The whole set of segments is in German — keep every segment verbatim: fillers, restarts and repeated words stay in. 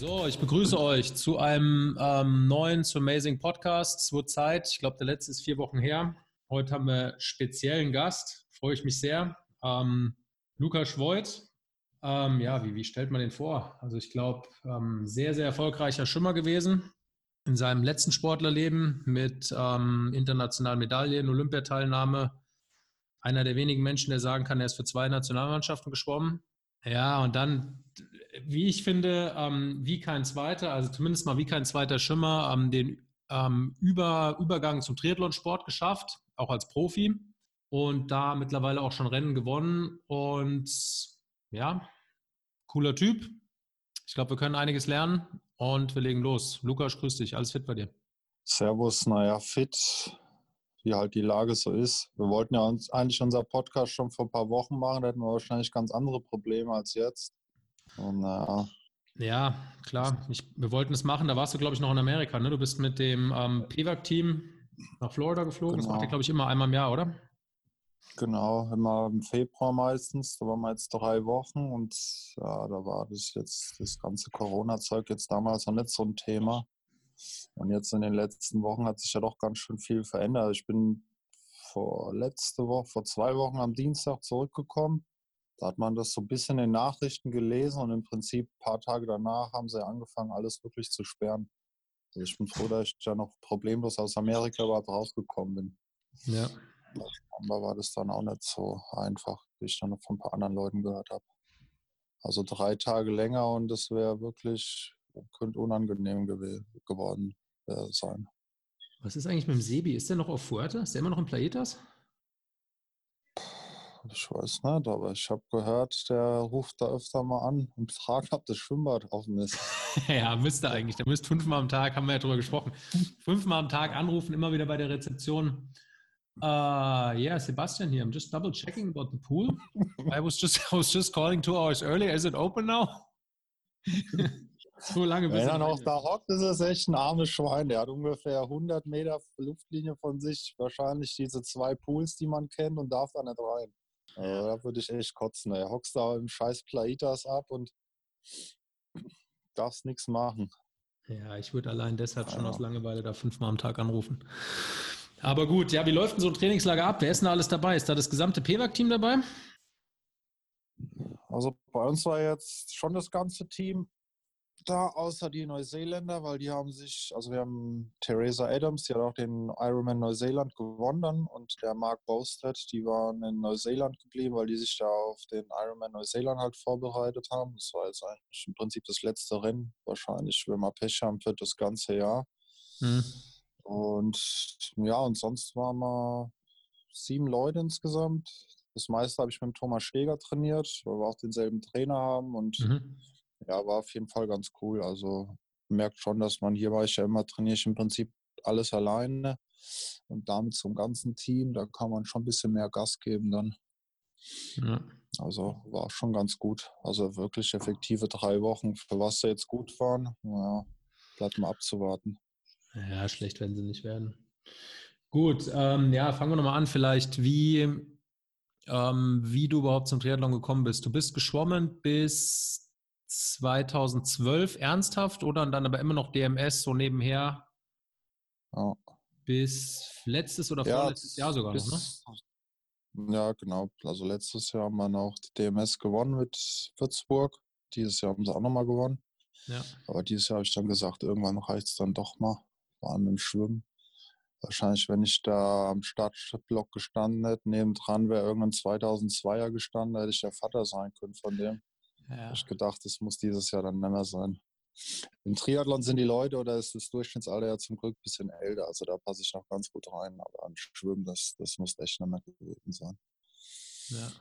So, ich begrüße euch zu einem ähm, neuen zu Amazing Podcast. Es wird Zeit. Ich glaube, der letzte ist vier Wochen her. Heute haben wir speziellen Gast. Freue ich mich sehr. Ähm, Lukas Schwoid. Ähm, ja, wie, wie stellt man den vor? Also ich glaube, ähm, sehr, sehr erfolgreicher Schwimmer gewesen in seinem letzten Sportlerleben mit ähm, internationalen Medaillen, Olympiateilnahme. Einer der wenigen Menschen, der sagen kann, er ist für zwei Nationalmannschaften geschwommen. Ja, und dann, wie ich finde, ähm, wie kein zweiter, also zumindest mal wie kein zweiter Schwimmer, ähm, den ähm, Über, Übergang zum Triathlonsport geschafft, auch als Profi. Und da mittlerweile auch schon Rennen gewonnen. Und ja, cooler Typ. Ich glaube, wir können einiges lernen und wir legen los. Lukas, grüß dich. Alles fit bei dir? Servus, naja, fit, wie halt die Lage so ist. Wir wollten ja uns eigentlich unser Podcast schon vor ein paar Wochen machen, da hätten wir wahrscheinlich ganz andere Probleme als jetzt. Und naja, Ja, klar. Ich, wir wollten es machen. Da warst du, glaube ich, noch in Amerika. Ne? Du bist mit dem ähm, P W A C-Team nach Florida geflogen. Das macht ihr, genau, glaube ich, immer einmal im Jahr, oder? genau, immer im Februar meistens, da waren wir jetzt drei Wochen und ja, da war das jetzt, das ganze Corona-Zeug jetzt damals noch nicht so ein Thema. Und jetzt in den letzten Wochen hat sich ja doch ganz schön viel verändert. Ich bin vor letzte Woche, vor zwei Wochen am Dienstag zurückgekommen. Da hat man das so ein bisschen in den Nachrichten gelesen und im Prinzip ein paar Tage danach haben sie angefangen, alles wirklich zu sperren. Also ich bin froh, dass ich ja noch problemlos aus Amerika überhaupt rausgekommen bin. Ja. Aber war das dann auch nicht so einfach, wie ich dann noch von ein paar anderen Leuten gehört habe. Also drei Tage länger und das wäre wirklich, könnte unangenehm gew- geworden äh, sein. Was ist eigentlich mit dem Sebi? Ist der noch auf Fuerte? Ist der immer noch in Playetas? Ich weiß nicht, aber ich habe gehört, der ruft da öfter mal an und fragt, ob das Schwimmbad offen ist. Ja, müsste eigentlich. Der müsste fünfmal am Tag, haben wir ja drüber gesprochen, fünfmal am Tag anrufen, immer wieder bei der Rezeption. Uh, yeah, Sebastian here. I'm just double checking about the pool. I was just I was just calling two hours earlier. Is it open now? So lange bis Wenn er er noch rein ist. da hockt, ist es echt ein armes Schwein. Der hat ungefähr hundert Meter Luftlinie von sich, wahrscheinlich diese zwei Pools, die man kennt, und darf da nicht rein. Also, da würde ich echt kotzen. Er hockst da im scheiß Plaitas ab und darfst nichts machen. Ja, ich würde allein deshalb schon aus Ja. Langeweile da fünfmal am Tag anrufen. Aber gut, ja, wie läuft denn so ein Trainingslager ab? Wer ist denn da alles dabei? Ist da das gesamte P W A C-Team dabei? Also bei uns war jetzt schon das ganze Team da, außer die Neuseeländer, weil die haben sich, also wir haben Theresa Adams, die hat auch den Ironman Neuseeland gewonnen dann, und der Mark Bostad, die waren in Neuseeland geblieben, weil die sich da auf den Ironman Neuseeland halt vorbereitet haben. Das war jetzt eigentlich im Prinzip das letzte Rennen, wahrscheinlich, wenn wir Pech haben, für das ganze Jahr. Hm. Und ja, und sonst waren wir sieben Leute insgesamt. Das meiste habe ich mit dem Thomas Steger trainiert, weil wir auch denselben Trainer haben, und Mhm. ja, war auf jeden Fall ganz cool. Also merkt schon, dass man hier, war ich ja immer, trainiere ich im Prinzip alles alleine und damit zum ganzen Team, da kann man schon ein bisschen mehr Gas geben dann. Ja. Also war schon ganz gut. Also wirklich effektive drei Wochen, für was sie jetzt gut waren. Ja, bleibt mal abzuwarten. Ja, schlecht werden sie nicht werden. Gut, ähm, ja, fangen wir nochmal an, vielleicht, wie, ähm, wie du überhaupt zum Triathlon gekommen bist. Du bist geschwommen bis zweitausendzwölf ernsthaft oder dann aber immer noch D M S so nebenher Ja, bis letztes oder ja vorletztes Jahr sogar noch, ne? bis, ja, genau. Also letztes Jahr haben wir noch die D M S gewonnen mit Würzburg. Dieses Jahr haben sie auch nochmal gewonnen. Ja. Aber dieses Jahr habe ich dann gesagt, irgendwann reicht es dann doch mal. Vor allem im Schwimmen. Wahrscheinlich, wenn ich da am Startblock gestanden hätte, nebendran wäre irgendein zweitausendzweier gestanden, da hätte ich der Vater sein können von dem. Hab Ja. ich gedacht, das muss dieses Jahr dann nicht mehr sein. Im Triathlon sind die Leute, oder ist das Durchschnittsalter ja zum Glück ein bisschen älter. Also da passe ich noch ganz gut rein. Aber am Schwimmen, das, das muss echt nicht mehr gewesen sein. Ja.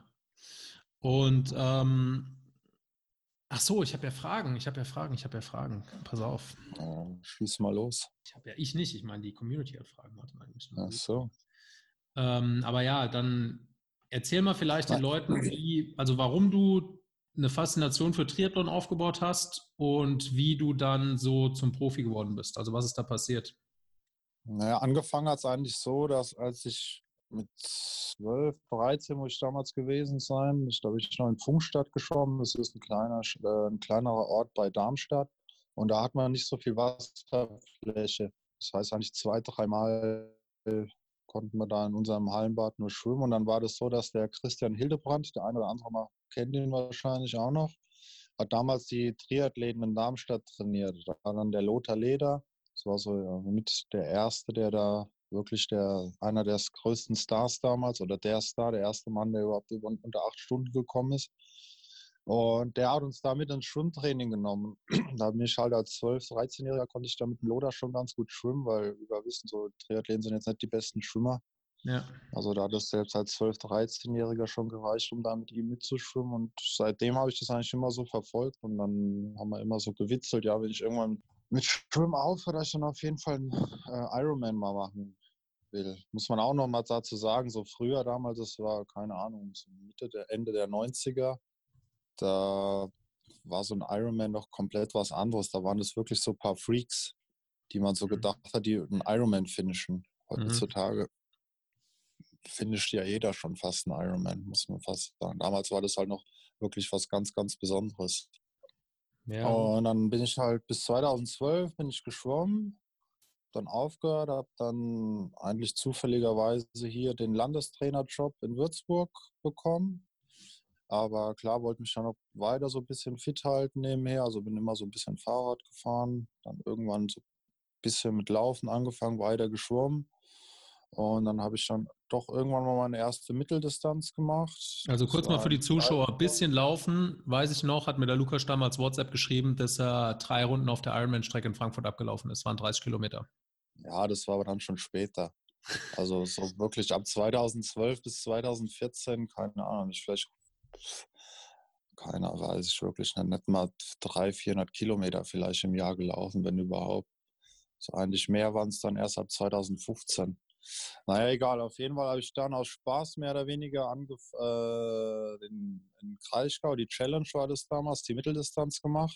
Und ähm, ach so, ich habe ja Fragen, ich habe ja Fragen, ich habe ja Fragen. Pass auf. Äh, schieß mal los. Ich habe ja ich nicht, ich meine, die Community hat Fragen, warte mal, ich muss mal Ach suchen. so. Ähm, aber ja, dann erzähl mal vielleicht den Nein. Leuten, wie, also warum du eine Faszination für Triathlon aufgebaut hast und wie du dann so zum Profi geworden bist. Also was ist da passiert? Naja, angefangen hat es eigentlich so, dass als ich mit zwölf, dreizehn muss ich damals gewesen sein, ich glaube, ich noch in Pfungstadt geschwommen. Das ist ein kleiner, äh, ein kleinerer Ort bei Darmstadt. Und da hat man nicht so viel Wasserfläche. Das heißt eigentlich zwei, dreimal konnten wir da in unserem Hallenbad nur schwimmen. Und dann war das so, dass der Christian Hildebrand, der eine oder andere mal kennt ihn wahrscheinlich auch noch, hat damals die Triathleten in Darmstadt trainiert. Da war dann der Lothar Leder. Das war so ja, mit der Erste, der da wirklich der, einer der größten Stars damals oder der Star, der erste Mann, der überhaupt unter acht Stunden gekommen ist. Und der hat uns da mit ins Schwimmtraining genommen. Da bin ich halt als zwölf-, dreizehnjähriger konnte ich da mit dem Lothar schon ganz gut schwimmen, weil wir wissen, so Triathleten sind jetzt nicht die besten Schwimmer. Ja. Also da hat es selbst als zwölf-, dreizehnjähriger schon gereicht, um da mit ihm mitzuschwimmen. Und seitdem habe ich das eigentlich immer so verfolgt. Und dann haben wir immer so gewitzelt, ja, wenn ich irgendwann mit Schwimmen aufhöre, dass ich dann auf jeden Fall einen äh, Ironman mal machen will. Muss man auch noch mal dazu sagen, so früher damals, das war, keine Ahnung, so Mitte der, Ende der neunziger, da war so ein Ironman noch komplett was anderes. Da waren das wirklich so ein paar Freaks, die man so gedacht hat, die einen Ironman finishen. Heutzutage mhm. finisht ja jeder schon fast einen Ironman, muss man fast sagen. Damals war das halt noch wirklich was ganz, ganz Besonderes. Ja. Und dann bin ich halt bis zweitausendzwölf bin ich geschwommen, dann aufgehört, habe dann eigentlich zufälligerweise hier den Landestrainerjob in Würzburg bekommen. Aber klar, wollte mich dann noch weiter so ein bisschen fit halten nebenher. Also bin immer so ein bisschen Fahrrad gefahren, dann irgendwann so ein bisschen mit Laufen angefangen, weiter geschwommen. Und dann habe ich dann doch irgendwann mal meine erste Mitteldistanz gemacht. Also kurz mal für die Zuschauer, ein bisschen laufen, weiß ich noch, hat mir der Lukas damals WhatsApp geschrieben, dass er drei Runden auf der Ironman-Strecke in Frankfurt abgelaufen ist. Das waren dreißig Kilometer. Ja, das war aber dann schon später. Also so wirklich ab zweitausendzwölf bis zweitausendvierzehn, keine Ahnung, ich vielleicht, keiner weiß ich wirklich nicht, nicht mal dreihundert, vierhundert Kilometer vielleicht im Jahr gelaufen, wenn überhaupt. So eigentlich mehr waren es dann erst ab zweitausendfünfzehn. Naja, egal, auf jeden Fall habe ich dann aus Spaß mehr oder weniger angef äh, den, in Kraichgau, die Challenge war das damals, die Mitteldistanz gemacht.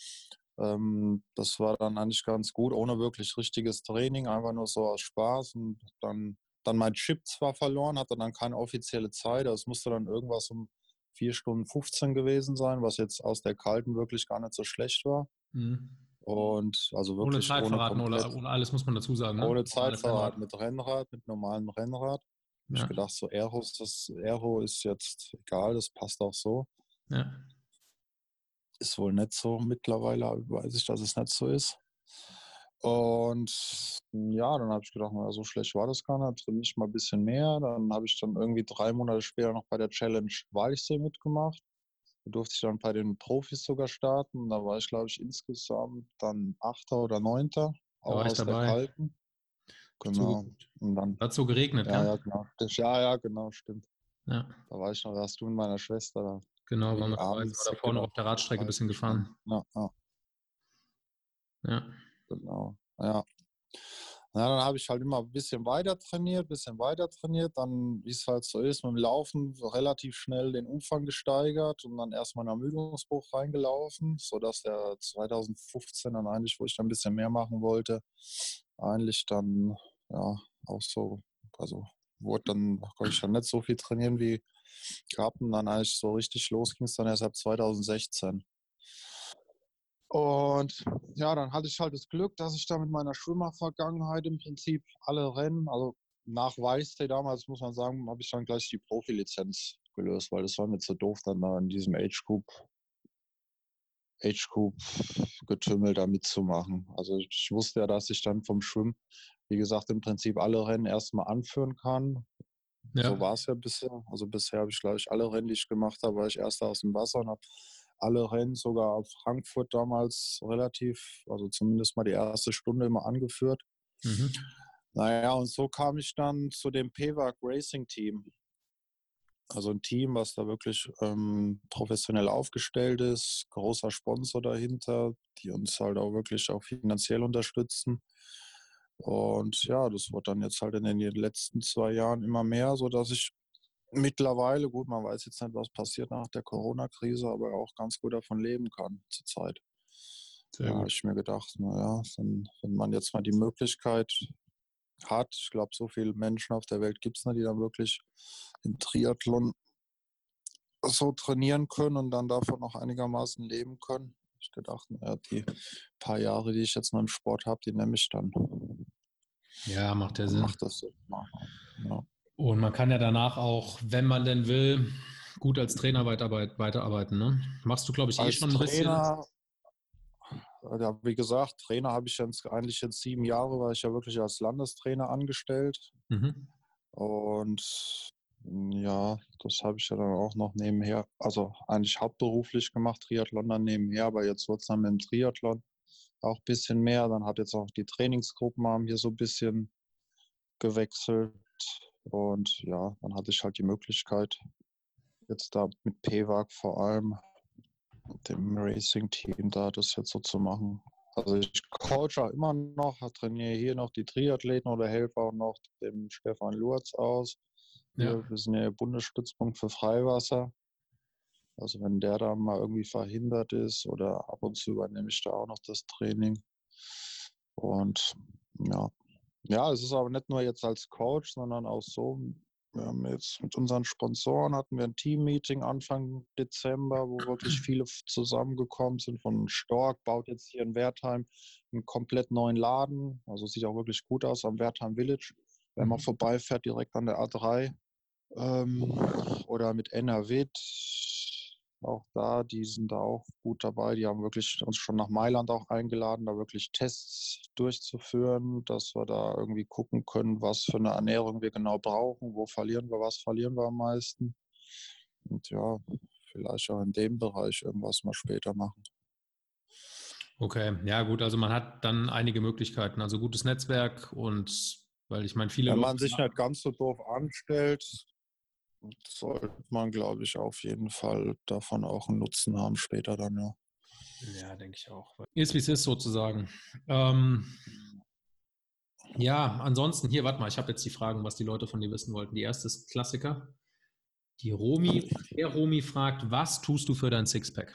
Ähm, das war dann eigentlich ganz gut, ohne wirklich richtiges Training, einfach nur so aus Spaß. Und dann, dann mein Chip zwar verloren, hatte dann keine offizielle Zeit, aber es musste dann irgendwas um vier Stunden fünfzehn gewesen sein, was jetzt aus der Kalten wirklich gar nicht so schlecht war. Mhm. Und also wirklich ohne Zeitverraten ohne, komplett, ohne alles, muss man dazu sagen. Ne? Ohne Zeitverrat, mit Rennrad, mit normalem Rennrad. Ja. Ich gedacht, so Aero ist, das, Aero ist jetzt egal, das passt auch so. Ja. Ist wohl nicht so mittlerweile, weiß ich, dass es nicht so ist. Und ja, dann habe ich gedacht, na, so schlecht war das gar nicht, trainiere ich mal ein bisschen mehr. Dann habe ich dann irgendwie drei Monate später noch bei der Challenge Walchsee mitgemacht. Da durfte ich dann bei den Profis sogar starten. Da war ich, glaube ich, insgesamt dann Achter oder Neunter, auch aus dabei. Der Kalten. Genau. Und dann hat so geregnet, ja, ja, genau. Ja, ja, genau, stimmt. Ja. Da war ich noch, da hast du mit meiner Schwester da. Genau, waren wir dabei, sind wir da vorne auf der Radstrecke ein bisschen gefahren. Ja, ja. Ja. Genau, ja. Ja, dann habe ich halt immer ein bisschen weiter trainiert, ein bisschen weiter trainiert, dann, wie es halt so ist, mit dem Laufen relativ schnell den Umfang gesteigert und dann erstmal einen Ermüdungsbruch reingelaufen, sodass der zweitausendfünfzehn dann eigentlich, wo ich dann ein bisschen mehr machen wollte, eigentlich dann, ja, auch so, also wurde dann, konnte ich dann nicht so viel trainieren wie gehabt und dann eigentlich so richtig los ging es dann erst ab zweitausendsechzehn. Und ja, dann hatte ich halt das Glück, dass ich da mit meiner Schwimmervergangenheit im Prinzip alle Rennen, also nach Walchsee damals, muss man sagen, habe ich dann gleich die Profilizenz gelöst, weil das war mir zu doof, dann da in diesem Age Group, Age Group Getümmel da mitzumachen. Also ich wusste ja, dass ich dann vom Schwimmen, wie gesagt, im Prinzip alle Rennen erstmal anführen kann. Ja. So war es ja bisher. Also bisher habe ich, glaube ich, alle Rennen, die ich gemacht habe, war ich Erster aus dem Wasser und habe alle Rennen, sogar auf Frankfurt damals relativ, also zumindest mal die erste Stunde immer angeführt. Mhm. Naja, und so kam ich dann zu dem P W A C Racing Team. Also ein Team, was da wirklich ähm, professionell aufgestellt ist, großer Sponsor dahinter, die uns halt auch wirklich auch finanziell unterstützen. Und ja, das wurde dann jetzt halt in den letzten zwei Jahren immer mehr, sodass ich mittlerweile, gut, man weiß jetzt nicht, was passiert nach der Corona-Krise, aber auch ganz gut davon leben kann zurzeit. Da habe ich mir gedacht, naja, wenn man jetzt mal die Möglichkeit hat, ich glaube, so viele Menschen auf der Welt gibt es nicht, die dann wirklich im Triathlon so trainieren können und dann davon auch einigermaßen leben können, Ich gedacht, naja, die paar Jahre, die ich jetzt noch im Sport habe, die nehme ich dann. Ja, macht ja Dann Sinn. macht das Sinn. Ja. Und man kann ja danach auch, wenn man denn will, gut als Trainer weiterarbeit, weiterarbeiten. Ne? Machst du, glaube ich, eh Als schon ein bisschen. Trainer, ja, wie gesagt, Trainer habe ich jetzt eigentlich jetzt sieben Jahre, war ich ja wirklich als Landestrainer angestellt. Mhm. Und ja, das habe ich ja dann auch noch nebenher, also eigentlich hauptberuflich gemacht, Triathlon dann nebenher, aber jetzt wird es dann mit dem Triathlon auch ein bisschen mehr. Dann hat jetzt auch die Trainingsgruppen haben hier so ein bisschen gewechselt. Und ja, dann hatte ich halt die Möglichkeit, jetzt da mit P W A G vor allem, mit dem Racing-Team da das jetzt so zu machen. Also ich coache auch immer noch, trainiere hier noch die Triathleten oder helfe auch noch dem Stefan Lurz aus. Ja. Hier, wir sind ja der Bundesstützpunkt für Freiwasser. Also wenn der da mal irgendwie verhindert ist oder ab und zu übernehme ich da auch noch das Training. Und ja, ja, es ist aber nicht nur jetzt als Coach, sondern auch so. Wir haben jetzt mit unseren Sponsoren hatten wir ein Team-Meeting Anfang Dezember, wo wirklich viele zusammengekommen sind. Von Stork baut jetzt hier in Wertheim einen komplett neuen Laden. Also sieht auch wirklich gut aus am Wertheim Village. Wenn man vorbeifährt, direkt an der A drei. Ähm, oder mit N R W, auch da, die sind da auch gut dabei. Die haben wirklich uns schon nach Mailand auch eingeladen, da wirklich Tests durchzuführen, dass wir da irgendwie gucken können, was für eine Ernährung wir genau brauchen, wo verlieren wir, was verlieren wir am meisten. Und ja, vielleicht auch in dem Bereich irgendwas mal später machen. Okay, ja gut, also man hat dann einige Möglichkeiten, also gutes Netzwerk und weil ich meine, viele Wenn Leute. man sich nicht ganz so doof anstellt, sollte man, glaube ich, auf jeden Fall davon auch einen Nutzen haben später dann, ja. Ja, denke ich auch. Ist wie es ist sozusagen. Ähm, ja, ansonsten hier, warte mal, ich habe jetzt die Fragen, was die Leute von dir wissen wollten. Die erste ist Klassiker. Die Romi, der Romi fragt, was tust du für dein Sixpack?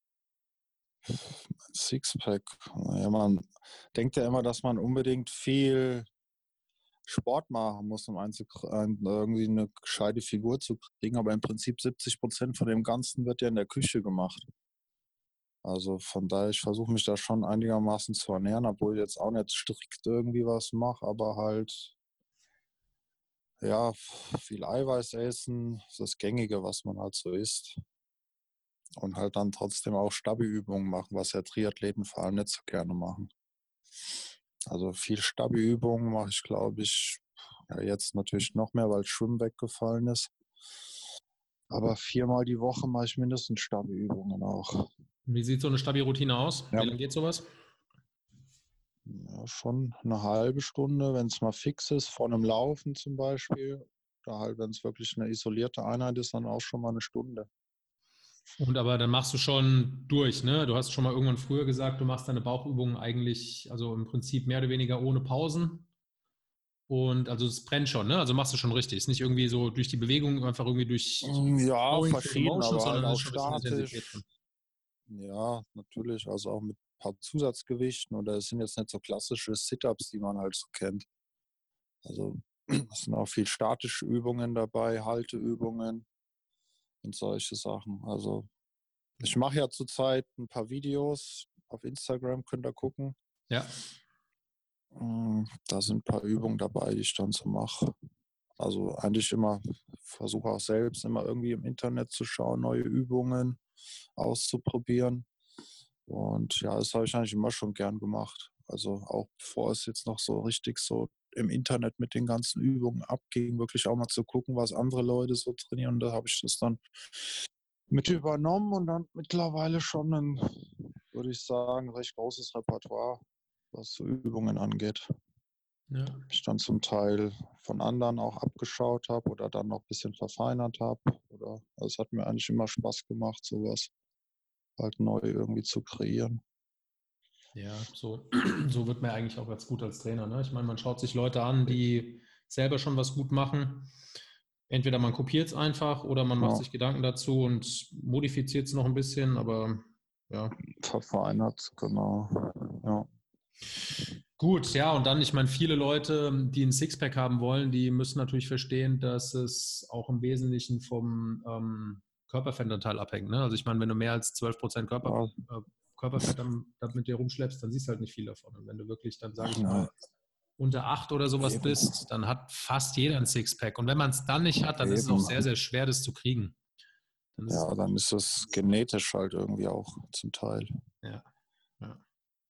Sixpack. Ja, man denkt ja immer, dass man unbedingt viel Sport machen muss, um irgendwie eine gescheite Figur zu kriegen. Aber im Prinzip siebzig Prozent von dem Ganzen wird ja in der Küche gemacht. Also von daher, ich versuche mich da schon einigermaßen zu ernähren, obwohl ich jetzt auch nicht strikt irgendwie was mache, aber halt ja, viel Eiweiß essen, das Gängige, was man halt so isst. Und halt dann trotzdem auch Stabi-Übungen machen, was ja Triathleten vor allem nicht so gerne machen. Also viel Stabi-Übungen mache ich, glaube ich, ja, jetzt natürlich noch mehr, weil Schwimmen weggefallen ist. Aber viermal die Woche mache ich mindestens Stabi-Übungen auch. Wie sieht so eine Stabi-Routine aus? Ja. Wie lange geht sowas? Ja, schon eine halbe Stunde, wenn es mal fix ist, vor einem Laufen zum Beispiel. Oder halt, wenn es wirklich eine isolierte Einheit ist, dann auch schon mal eine Stunde. Und aber dann machst du schon durch, ne? Du hast schon mal irgendwann früher gesagt, du machst deine Bauchübungen eigentlich, also im Prinzip mehr oder weniger ohne Pausen. Und also es brennt schon, ne? Also machst du schon richtig. Ist nicht irgendwie so durch die Bewegung, einfach irgendwie durch Ja, Going through the verschieden, motion, aber halt sondern es auch ist schon ein bisschen Intensität drin. statisch. Ja, natürlich, also auch mit ein paar Zusatzgewichten oder es sind jetzt nicht so klassische Sit-Ups, die man halt so kennt. Also es sind auch viel statische Übungen dabei, Halteübungen und solche Sachen. Also ich mache ja zurzeit ein paar Videos auf Instagram, könnt ihr gucken. Ja. Da sind ein paar Übungen dabei, die ich dann so mache. Also eigentlich immer, versuche auch selbst immer irgendwie im Internet zu schauen, neue Übungen auszuprobieren. Und ja, das habe ich eigentlich immer schon gern gemacht. Also auch bevor es jetzt noch so richtig so im Internet mit den ganzen Übungen abging, wirklich auch mal zu gucken, was andere Leute so trainieren. Und da habe ich das dann mit übernommen und dann mittlerweile schon ein, würde ich sagen, recht großes Repertoire, was so Übungen angeht. Ja. Ich dann zum Teil von anderen auch abgeschaut habe oder dann noch ein bisschen verfeinert habe. Oder also es hat mir eigentlich immer Spaß gemacht, sowas halt neu irgendwie zu kreieren. Ja, so, so wird man eigentlich auch ganz gut als Trainer. Ne? Ich meine, man schaut sich Leute an, die selber schon was gut machen. Entweder man kopiert es einfach oder man macht Ja. sich Gedanken dazu und modifiziert es noch ein bisschen, aber ja. Verfeinert, genau. Ja. Gut, ja, und dann, ich meine, viele Leute, die ein Sixpack haben wollen, die müssen natürlich verstehen, dass es auch im Wesentlichen vom ähm, Körperfettanteil abhängt. Ne? Also ich meine, wenn du mehr als zwölf Prozent Körper, Ja. äh, Körperfett dann, dann mit dir rumschleppst, dann siehst du halt nicht viel davon. Und wenn du wirklich dann, sage ich Nein, mal, unter acht oder sowas eben, bist, dann hat fast jeder ein Sixpack. Und wenn man es dann nicht hat, dann ist es auch eben. sehr, sehr schwer, das zu kriegen. Dann ist es Ja, auch, dann ist es genetisch halt irgendwie auch zum Teil. ja, ja.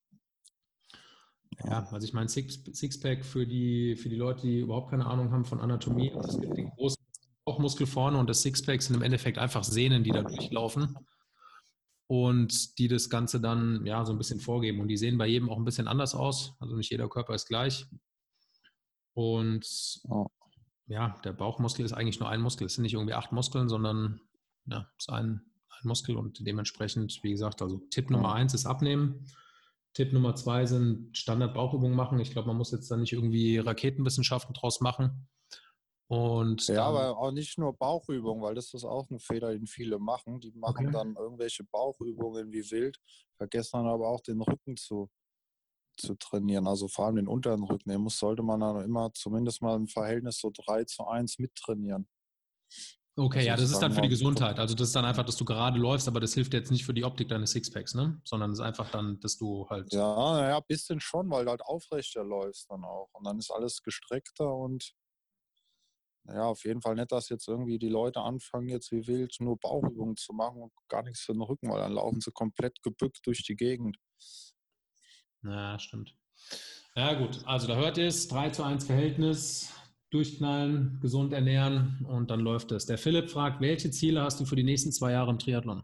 Ja, Ja, also ich meine, Six, Sixpack für die, für die Leute, die überhaupt keine Ahnung haben von Anatomie. Also es gibt den großen Bauchmuskel vorne und das Sixpack sind im Endeffekt einfach Sehnen, die da durchlaufen und die das Ganze dann ja so ein bisschen vorgeben. Und die sehen bei jedem auch ein bisschen anders aus. Also nicht jeder Körper ist gleich. Und ja, ja, der Bauchmuskel ist eigentlich nur ein Muskel. Es sind nicht irgendwie acht Muskeln, sondern ja, es ist ein, ein Muskel und dementsprechend, wie gesagt, also Tipp Nummer ja. eins ist abnehmen. Tipp Nummer zwei sind Standard-Bauchübungen machen. Ich glaube, man muss jetzt da nicht irgendwie Raketenwissenschaften draus machen. Und Ja, dann, aber auch nicht nur Bauchübungen, weil das ist auch ein Fehler, den viele machen. Die okay. machen dann irgendwelche Bauchübungen wie wild, vergessen dann aber auch den Rücken zu, zu trainieren, also vor allem den unteren Rücken. Den muss, sollte man dann immer zumindest mal im Verhältnis so drei zu eins mittrainieren. Okay, Also ja, das ist dann sagen für die wir, Gesundheit. Also das ist dann einfach, dass du gerade läufst, aber das hilft jetzt nicht für die Optik deines Sixpacks, ne? Sondern es ist einfach dann, dass du halt. ja, naja, ein bisschen schon, weil du halt aufrechter läufst dann auch. Und dann ist alles gestreckter und ja, auf jeden Fall nicht, dass jetzt irgendwie die Leute anfangen, jetzt wie wild nur Bauchübungen zu machen und gar nichts für den Rücken, weil dann laufen sie komplett gebückt durch die Gegend. Ja, stimmt. Ja, gut. Also da hört ihr es, drei zu eins Verhältnis, durchknallen, gesund ernähren und dann läuft es. Der Philipp fragt, welche Ziele hast du für die nächsten zwei Jahre im Triathlon?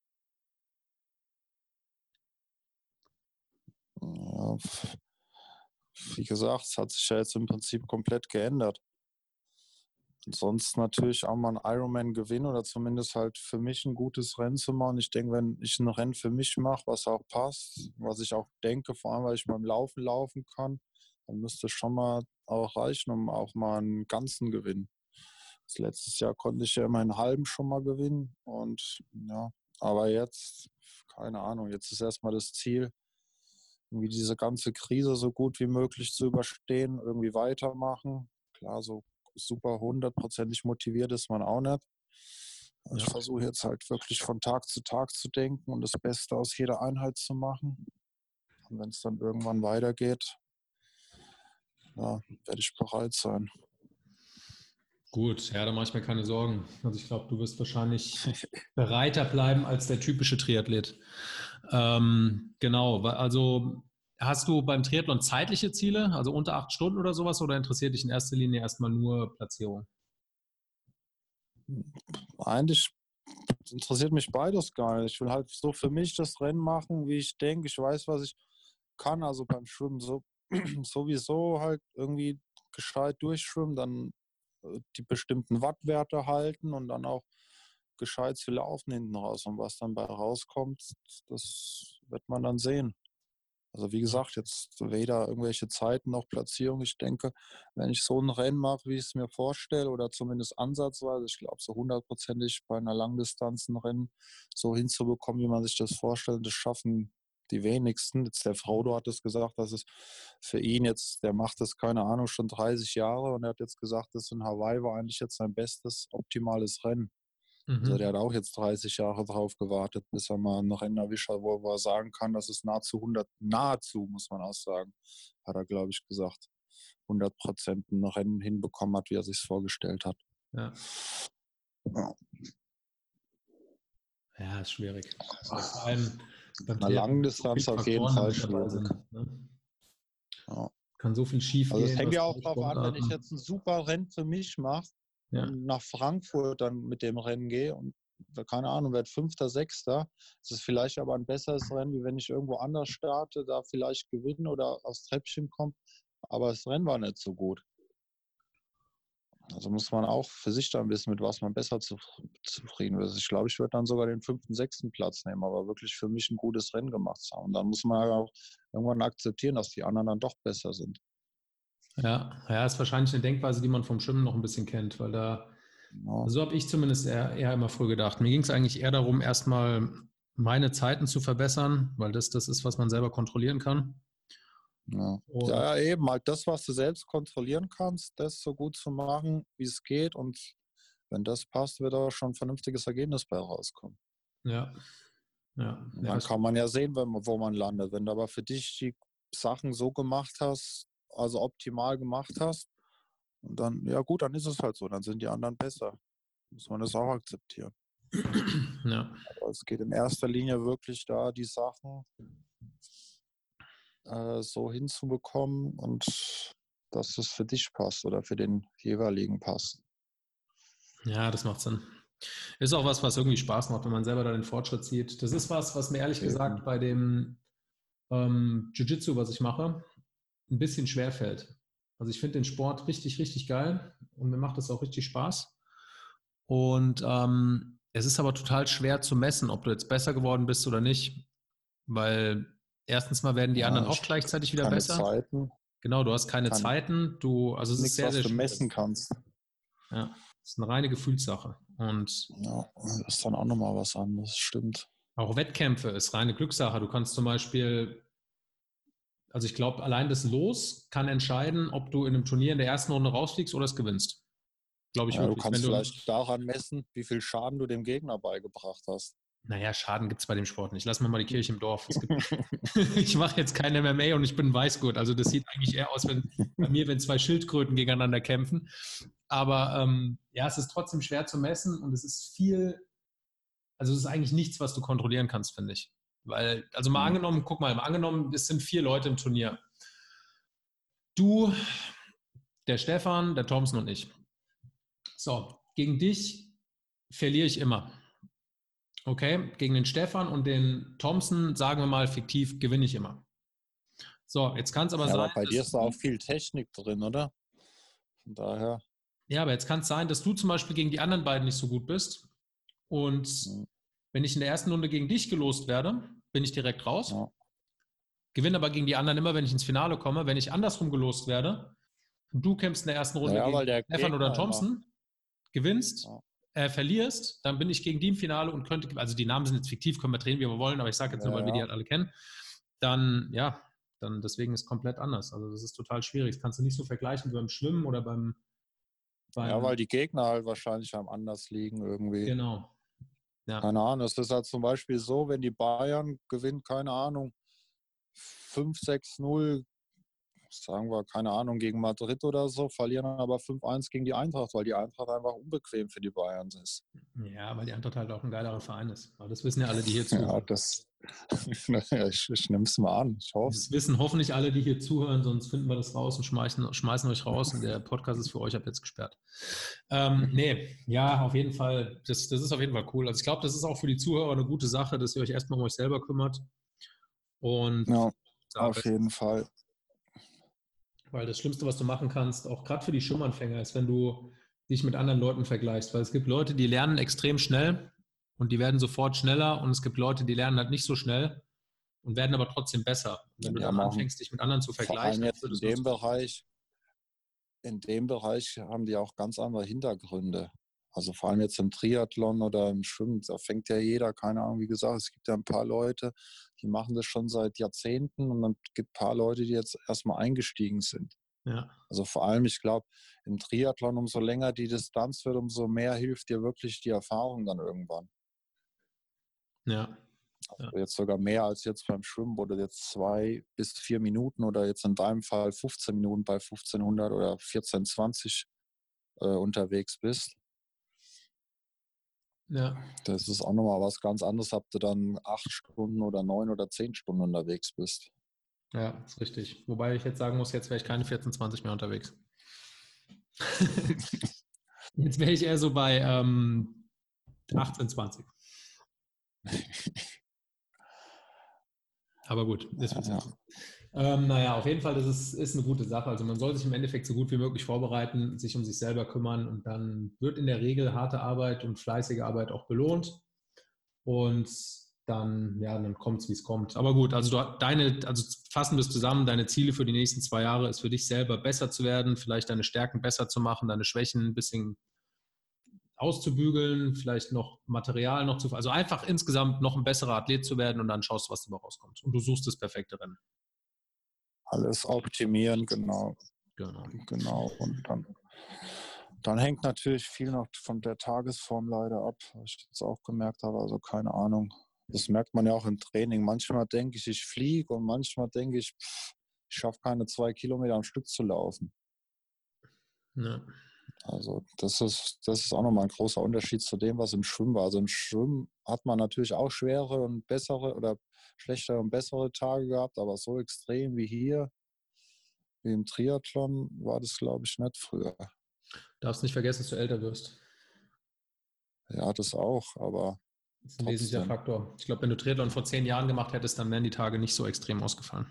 Ja, wie gesagt, es hat sich ja jetzt im Prinzip komplett geändert. Und sonst natürlich auch mal einen Ironman gewinnen oder zumindest halt für mich ein gutes Rennen zu machen. Ich denke, wenn ich ein Rennen für mich mache, was auch passt, was ich auch denke, vor allem weil ich beim Laufen laufen kann, dann müsste es schon mal auch reichen, um auch mal einen ganzen Gewinn. Das letztes Jahr konnte ich ja immer einen halben schon mal gewinnen und ja, aber jetzt, keine Ahnung, jetzt ist erstmal das Ziel, irgendwie diese ganze Krise so gut wie möglich zu überstehen, irgendwie weitermachen. Klar, so super hundertprozentig motiviert ist man auch nicht. Also ich Ja, versuche jetzt halt wirklich von Tag zu Tag zu denken und das Beste aus jeder Einheit zu machen. Und wenn es dann irgendwann weitergeht, ja, werde ich bereit sein. gut. Ja, da mache ich mir keine Sorgen. Also ich glaube, du wirst wahrscheinlich bereiter bleiben als der typische Triathlet. Ähm, genau, also hast du beim Triathlon zeitliche Ziele, also unter acht Stunden oder sowas, oder interessiert dich in erster Linie erstmal nur Platzierung? Eigentlich interessiert mich beides gar nicht. Ich will halt so für mich das Rennen machen, wie ich denke. Ich weiß, was ich kann. Also beim Schwimmen so sowieso halt irgendwie gescheit durchschwimmen, dann äh, die bestimmten Wattwerte halten und dann auch gescheit zu laufen hinten raus. Und was dann bei rauskommt, das wird man dann sehen. Also wie Ja. gesagt, jetzt weder irgendwelche Zeiten noch Platzierung. Ich denke, wenn ich so ein Rennen mache, wie ich es mir vorstelle, oder zumindest ansatzweise, ich glaube so hundertprozentig bei einer Langdistanz ein Rennen so hinzubekommen, wie man sich das vorstellt, das schaffen die wenigsten. Jetzt der Frodo hat es gesagt, dass es für ihn jetzt, der macht das, keine Ahnung, schon dreißig Jahre und er hat jetzt gesagt, das in Hawaii war eigentlich jetzt sein bestes, optimales Rennen. Also der Mhm. hat auch jetzt dreißig Jahre drauf gewartet, bis er mal ein Rennen erwischt hat, wo er sagen kann, dass es nahezu hundert, nahezu, muss man auch sagen, hat er, glaube ich, gesagt, hundert Prozent ein Rennen hinbekommen hat, wie er sich vorgestellt hat. Ja. Ja. Ja, ist schwierig. Weil vor allem beim Eine Triathlon so Langdistanz viele auf jeden Faktoren Fall damit dabei schwierig. sind. Ne? Ja. Kann so viel schief Also es gehen, du hängt hast ja auch zwei darauf an, wenn ich Sportarten. jetzt ein super Rennen für mich mache Ja. und nach Frankfurt dann mit dem Rennen gehe und keine Ahnung, werde Fünfter, Sechster. Das ist vielleicht aber ein besseres Rennen, wie wenn ich irgendwo anders starte, da vielleicht gewinne oder aufs Treppchen komme. Aber das Rennen war nicht so gut. Also muss man auch für sich dann wissen, mit was man besser zu, zufrieden ist. Ich glaube, ich würde dann sogar den fünften, sechsten Platz nehmen, aber wirklich für mich ein gutes Rennen gemacht haben. Und dann muss man auch irgendwann akzeptieren, dass die anderen dann doch besser sind. Ja, ja, ist wahrscheinlich eine Denkweise, die man vom Schwimmen noch ein bisschen kennt, weil da, Ja, also so habe ich zumindest eher, eher immer früh gedacht. Mir ging es eigentlich eher darum, erstmal meine Zeiten zu verbessern, weil das das ist, was man selber kontrollieren kann. ja. Und Ja, eben halt das, was du selbst kontrollieren kannst, das so gut zu machen, wie es geht. Und wenn das passt, wird auch schon ein vernünftiges Ergebnis bei rauskommen. ja, Ja. Und Ja, dann kann man ja sehen, wenn man, wo man landet. Wenn du aber für dich die Sachen so gemacht hast, also optimal gemacht hast, und dann, ja gut, dann ist es halt so, dann sind die anderen besser. Muss man das auch akzeptieren. ja. Aber es geht in erster Linie wirklich da, die Sachen äh, so hinzubekommen und dass es für dich passt oder für den jeweiligen passt. Ja, das macht Sinn. Ist auch was, was irgendwie Spaß macht, wenn man selber da den Fortschritt sieht. Das ist was, was mir ehrlich Eben. gesagt bei dem ähm, Jiu-Jitsu, was ich mache, ein bisschen schwer fällt. Also ich finde den Sport richtig, richtig geil und mir macht es auch richtig Spaß. Und ähm, es ist aber total schwer zu messen, ob du jetzt besser geworden bist oder nicht, weil erstens mal werden die anderen Ja, auch gleichzeitig wieder keine besser. Zeiten, Genau, du hast keine keine, Zeiten, du, also es ist nichts, sehr, was sehr du schwierig. messen kannst. Ja, es ist eine reine Gefühlssache. Und Ja, das ist dann auch nochmal was anderes, stimmt. auch Wettkämpfe ist reine Glückssache. Du kannst zum Beispiel, also ich glaube, allein das Los kann entscheiden, ob du in einem Turnier in der ersten Runde rausfliegst oder es gewinnst. Glaube ich Ja, du wirklich. Wenn kannst du, vielleicht daran messen, wie viel Schaden du dem Gegner beigebracht hast. naja, Schaden gibt es bei dem Sport nicht. Lass mal mal die Kirche im Dorf. Es gibt, ich mache jetzt kein M M A und ich bin Weißgurt. Also das sieht eigentlich eher aus, wenn bei mir, wenn zwei Schildkröten gegeneinander kämpfen. Aber ähm, ja, es ist trotzdem schwer zu messen und es ist viel, also es ist eigentlich nichts, was du kontrollieren kannst, finde ich. Weil, also mal Hm. angenommen, guck mal, mal angenommen, es sind vier Leute im Turnier. Du, der Stefan, der Thompson und ich. So, gegen dich verliere ich immer. Okay, gegen den Stefan und den Thompson, sagen wir mal fiktiv, gewinne ich immer. So, jetzt kann es aber Ja, sein, aber bei dir dass ist da auch du, viel Technik drin, oder? Von daher, ja, aber jetzt kann es sein, dass du zum Beispiel gegen die anderen beiden nicht so gut bist. Und hm, wenn ich in der ersten Runde gegen dich gelost werde, bin ich direkt raus. ja. Gewinne aber gegen die anderen immer, wenn ich ins Finale komme. Wenn ich andersrum gelost werde und du kämpfst in der ersten Runde Naja, gegen weil der Stefan oder Gegner immer. Thompson, gewinnst, Ja, äh, verlierst, dann bin ich gegen die im Finale und könnte, also die Namen sind jetzt fiktiv, können wir drehen, wie wir wollen, aber ich sage jetzt nur, ja, weil wir die ja. halt alle kennen, dann, ja, dann deswegen ist komplett anders. Also das ist total schwierig. Das kannst du nicht so vergleichen wie beim Schwimmen oder beim, Ja, weil beim, die Gegner halt wahrscheinlich am anders liegen irgendwie. genau, ja, Keine Ahnung. Es ist halt zum Beispiel so, wenn die Bayern gewinnen, keine Ahnung, fünf sechs null, sagen wir, keine Ahnung, gegen Madrid oder so, verlieren aber fünf eins gegen die Eintracht, weil die Eintracht einfach unbequem für die Bayern ist. ja, weil die Eintracht halt auch ein geilerer Verein ist. Aber das wissen ja alle, die hier Ja, zuhören. das, naja, ich, ich nehme es mal an. Ich hoffe Das wissen hoffentlich alle, die hier zuhören, sonst finden wir das raus und schmeißen, schmeißen euch raus und der Podcast ist für euch ab jetzt gesperrt. Ähm, nee, ja, auf jeden Fall. Das, das ist auf jeden Fall cool. Also ich glaube, das ist auch für die Zuhörer eine gute Sache, dass ihr euch erstmal um euch selber kümmert und ja, da auf besser, jeden Fall. weil das Schlimmste, was du machen kannst, auch gerade für die Schwimmanfänger, ist, wenn du dich mit anderen Leuten vergleichst, weil es gibt Leute, die lernen extrem schnell und die werden sofort schneller und es gibt Leute, die lernen halt nicht so schnell und werden aber trotzdem besser. Und wenn du Die dann haben auch, anfängst, dich mit anderen zu vor allem vergleichen, dann jetzt führt in das nur dem zu Bereich, in dem Bereich haben die auch ganz andere Hintergründe. Also vor allem jetzt im Triathlon oder im Schwimmen, da fängt ja jeder, keine Ahnung, wie gesagt, es gibt ja ein paar Leute, die machen das schon seit Jahrzehnten und dann gibt es ein paar Leute, die jetzt erstmal eingestiegen sind. Ja, Also vor allem, ich glaube, im Triathlon, umso länger die Distanz wird, umso mehr hilft dir wirklich die Erfahrung dann irgendwann. ja, ja, Also jetzt sogar mehr als jetzt beim Schwimmen, wo du jetzt zwei bis vier Minuten oder jetzt in deinem Fall fünfzehn Minuten bei fünfzehnhundert oder vierzehn zwanzig äh, unterwegs bist. ja, Das ist auch nochmal was ganz anderes, ob du dann acht Stunden oder neun oder zehn Stunden unterwegs bist. ja, ist richtig. Wobei ich jetzt sagen muss, jetzt wäre ich keine vierzehn, zwanzig mehr unterwegs. Jetzt wäre ich eher so bei ähm, achtzehn, zwanzig. Aber gut, das wird Ja, so. Ähm, naja, auf jeden Fall, das ist, ist eine gute Sache. Also man soll sich im Endeffekt so gut wie möglich vorbereiten, sich um sich selber kümmern und dann wird in der Regel harte Arbeit und fleißige Arbeit auch belohnt. Und dann, ja, dann kommt es, wie es kommt. Aber gut, also du, deine, also fassen wir es zusammen, deine Ziele für die nächsten zwei Jahre ist für dich selber besser zu werden, vielleicht deine Stärken besser zu machen, deine Schwächen ein bisschen auszubügeln, vielleicht noch Material noch zu, also einfach insgesamt noch ein besserer Athlet zu werden und dann schaust du, was dabei rauskommt. Und du suchst das perfekte Rennen. alles optimieren, genau. Genau. Genau. Und dann, dann hängt natürlich viel noch von der Tagesform leider ab, was ich jetzt auch gemerkt habe. Also keine Ahnung. Das merkt man ja auch im Training. Manchmal denke ich, ich fliege und manchmal denke ich, pff, ich schaffe keine zwei Kilometer am Stück zu laufen. Ja. Also das ist, das ist auch nochmal ein großer Unterschied zu dem, was im Schwimmen war. Also im Schwimmen hat man natürlich auch schwere und bessere oder schlechtere und bessere Tage gehabt, aber so extrem wie hier, wie im Triathlon, war das, glaube ich, nicht früher. Darfst nicht vergessen, dass du älter wirst. Ja, das auch, aber Das ist ein wesentlicher trotzdem. Faktor. Ich glaube, wenn du Triathlon vor zehn Jahren gemacht hättest, dann wären die Tage nicht so extrem ausgefallen.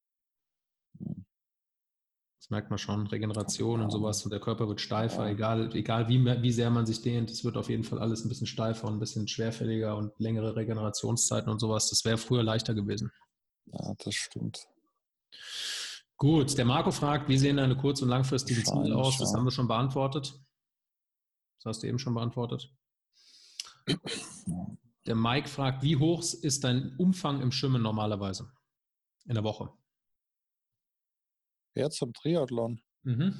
Das merkt man schon, Regeneration und sowas und der Körper wird steifer, Ja, egal, egal wie, wie sehr man sich dehnt, es wird auf jeden Fall alles ein bisschen steifer und ein bisschen schwerfälliger und längere Regenerationszeiten und sowas. Das wäre früher leichter gewesen. ja, das stimmt. Gut, der Marco fragt, wie sehen deine kurz- und langfristigen Ziele Wahrscheinlich, aus? Das ja. haben wir schon beantwortet. Das hast du eben schon beantwortet. Der Mike fragt, wie hoch ist dein Umfang im Schwimmen normalerweise in der Woche? Jetzt zum Triathlon. Mhm.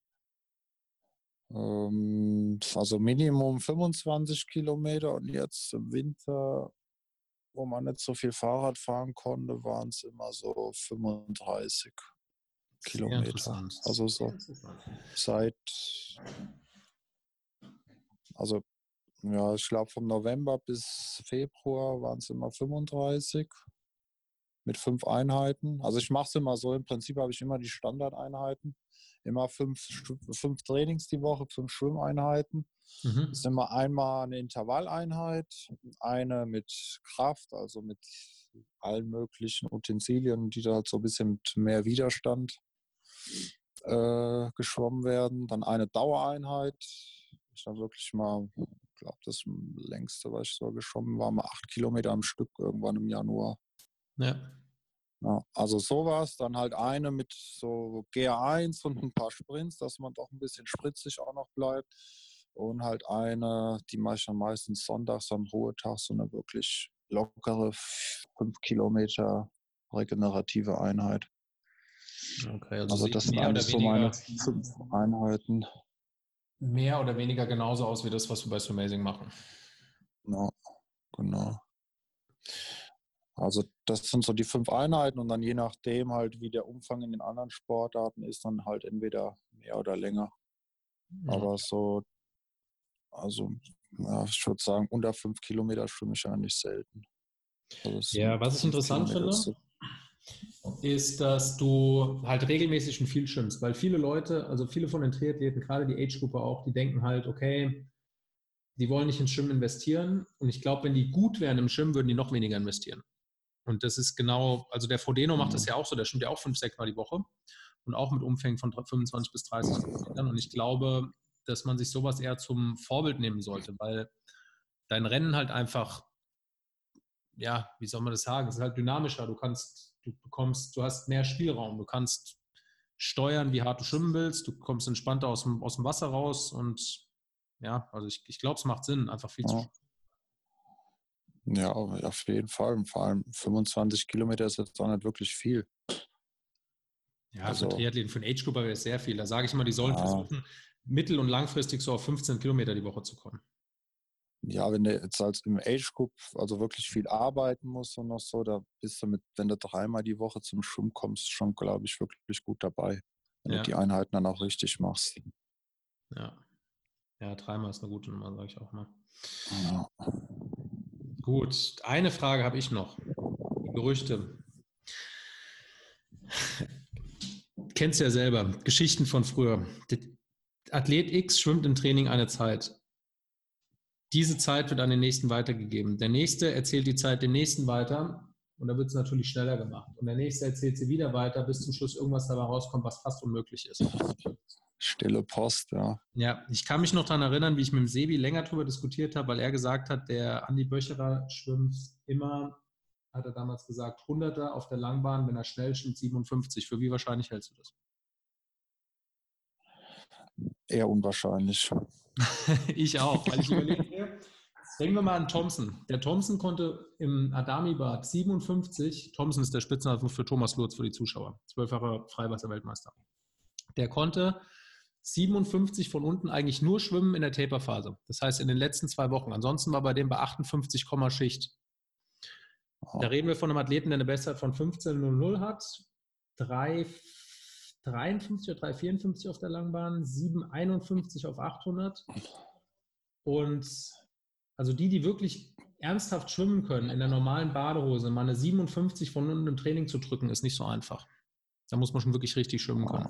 Ähm, also Minimum fünfundzwanzig Kilometer und jetzt im Winter, wo man nicht so viel Fahrrad fahren konnte, waren es immer so fünfunddreißig Sehr Kilometer. interessant. Also Sehr so interessant. seit, also ja, ich glaube vom November bis Februar waren es immer fünfunddreißig mit fünf Einheiten. Also ich mache es immer so, im Prinzip habe ich immer die Standardeinheiten, immer fünf, fünf Trainings die Woche, fünf Schwimmeinheiten. Mhm. Das ist immer einmal eine Intervalleinheit, eine mit Kraft, also mit allen möglichen Utensilien, die da halt so ein bisschen mit mehr Widerstand äh, geschwommen werden. Dann eine Dauereinheit. Ich dann wirklich mal, ich glaube, das längste, was ich so geschwommen war, mal acht Kilometer am Stück irgendwann im Januar. Ja. Ja, also sowas, dann halt eine mit so G R eins und ein paar Sprints, dass man doch ein bisschen spritzig auch noch bleibt. Und halt eine, die mache ich dann meistens sonntags am Ruhetag, so eine wirklich lockere fünf Kilometer regenerative Einheit. Okay, also Also sieht das sind mehr eigentlich oder so meine weniger fünf Einheiten. mehr oder weniger genauso aus wie das, was wir bei Swimmazing machen. Ja, genau. Also das sind so die fünf Einheiten und dann je nachdem halt, wie der Umfang in den anderen Sportarten ist, dann halt entweder mehr oder länger. Okay. Aber so, also ja, ich würde sagen, unter fünf Kilometer schwimme ich eigentlich selten. Also es Ja, sind was ich fünf interessant Kilometer. finde, ist, dass du halt regelmäßig und viel schwimmst, weil viele Leute, also viele von den Triathleten, gerade die Age-Gruppe auch, die denken halt, okay, die wollen nicht ins Schwimmen investieren und ich glaube, wenn die gut wären im Schwimmen, würden die noch weniger investieren. Und das ist genau, also der Frodeno macht das ja auch so, der schwimmt ja auch fünf, sechs Mal die Woche und auch mit Umfängen von fünfundzwanzig bis dreißig Kilometern. Und ich glaube, dass man sich sowas eher zum Vorbild nehmen sollte, weil dein Rennen halt einfach, ja, wie soll man das sagen, es ist halt dynamischer. Du kannst, du bekommst, du hast mehr Spielraum, du kannst steuern, wie hart du schwimmen willst, du kommst entspannter aus dem, aus dem Wasser raus und ja, also ich, ich glaube, es macht Sinn, einfach viel zu Ja, schwimmen. ja, auf jeden Fall. Und vor allem fünfundzwanzig Kilometer ist jetzt auch nicht wirklich viel. Ja, für Also, Triathleten, für einen Age-Grupper wäre es sehr viel. Da sage ich immer, die sollen ja, versuchen, mittel- und langfristig so auf fünfzehn Kilometer die Woche zu kommen. ja, wenn du jetzt als im Age Group also wirklich viel arbeiten musst und noch so, da bist du mit, wenn du dreimal die Woche zum Schwimmen kommst, schon, glaube ich, wirklich gut dabei, wenn du Ja, die Einheiten dann auch richtig machst. ja. Ja, dreimal ist eine gute Nummer, sage ich auch mal. Ja. Gut, eine Frage habe ich noch. Die Gerüchte. Kennst du ja selber, Geschichten von früher. Athlet X schwimmt im Training eine Zeit. Diese Zeit wird an den nächsten weitergegeben. Der nächste erzählt die Zeit dem nächsten weiter und da wird es natürlich schneller gemacht. Und der nächste erzählt sie wieder weiter, bis zum Schluss irgendwas dabei rauskommt, was fast unmöglich ist. Stille Post, ja. Ja, ich kann mich noch daran erinnern, wie ich mit dem Sebi länger darüber diskutiert habe, weil er gesagt hat, der Andi Böcherer schwimmt immer, hat er damals gesagt, Hunderter auf der Langbahn, wenn er schnell schwimmt, siebenundfünfzig. Für wie wahrscheinlich hältst du das? Eher unwahrscheinlich. Ich auch, weil ich überlege, denken wir mal an Thompson. Der Thompson konnte im Adami-Bad siebenundfünfzig, Thompson ist der Spitzname für Thomas Lurz für die Zuschauer, zwölffacher Freiwasser-Weltmeister. Der konnte siebenundfünfzig von unten eigentlich nur schwimmen in der Taper-Phase. Das heißt in den letzten zwei Wochen. Ansonsten war bei dem bei achtundfünfzig, Schicht. Da reden wir von einem Athleten, der eine Bestzeit von fünfzehn null null hat, drei dreiundfünfzig oder drei vierundfünfzig auf der Langbahn, sieben einundfünfzig auf achthundert. Und also die, die wirklich ernsthaft schwimmen können, in der normalen Badehose, mal eine siebenundfünfzig von unten im Training zu drücken, ist nicht so einfach. Da muss man schon wirklich richtig schwimmen können.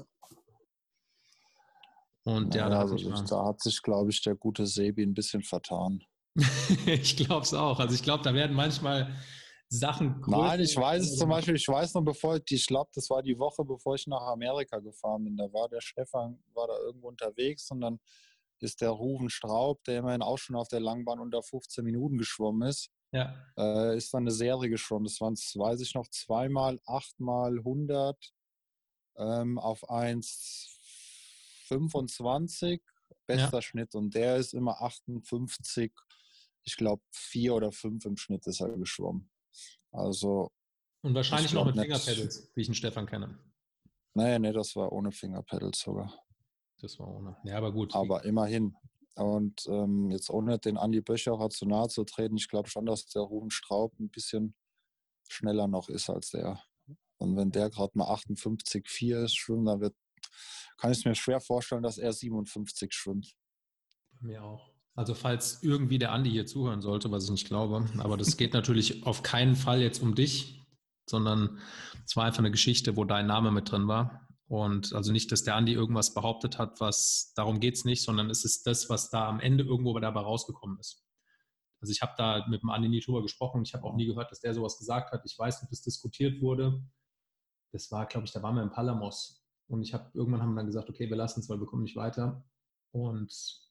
Und naja, ja, da hat, also mich mal, da hat sich, glaube ich, der gute Sebi ein bisschen vertan. ich glaube es auch. Also ich glaube, da werden manchmal Sachen größer. Nein, ich weiß es zum Beispiel, ich weiß noch, bevor ich, ich glaube, das war die Woche, bevor ich nach Amerika gefahren bin. Da war der Stefan, war da irgendwo unterwegs und dann ist der Ruven Straub, der immerhin auch schon auf der Langbahn unter fünfzehn Minuten geschwommen ist, ja. äh, ist dann eine Serie geschwommen. Das waren, weiß ich noch, zweimal, achtmal hundert ähm, auf eins fünfundzwanzig, bester Ja. Schnitt. Und der ist immer achtundfünfzig, ich glaube, vier oder fünf im Schnitt ist er geschwommen. Also. Und wahrscheinlich noch mit nicht, Fingerpedals, wie ich einen Stefan kenne. Nee, nee, das war ohne Fingerpedals sogar. Das war ohne. Ja, aber gut. Aber immerhin. Und ähm, jetzt ohne den Andi Böcherer zu nahe zu treten, ich glaube schon, dass der Ruben Straub ein bisschen schneller noch ist als der. Und wenn der gerade mal achtundfünfzig Komma vier ist, schwimmt, dann wird, kann ich mir schwer vorstellen, dass er siebenundfünfzig schwimmt. Bei mir auch. Also falls irgendwie der Andi hier zuhören sollte, was ich nicht glaube, aber das geht natürlich auf keinen Fall jetzt um dich, sondern es war einfach eine Geschichte, wo dein Name mit drin war. Und also nicht, dass der Andi irgendwas behauptet hat, was darum geht es nicht, sondern es ist das, was da am Ende irgendwo dabei rausgekommen ist. Also ich habe da mit dem Andi nie drüber gesprochen. Ich habe auch nie gehört, dass der sowas gesagt hat. Ich weiß, dass das diskutiert wurde. Das war, glaube ich, da waren wir in Palamos. Und ich habe irgendwann haben wir dann gesagt, okay, wir lassen es, weil wir kommen nicht weiter. Und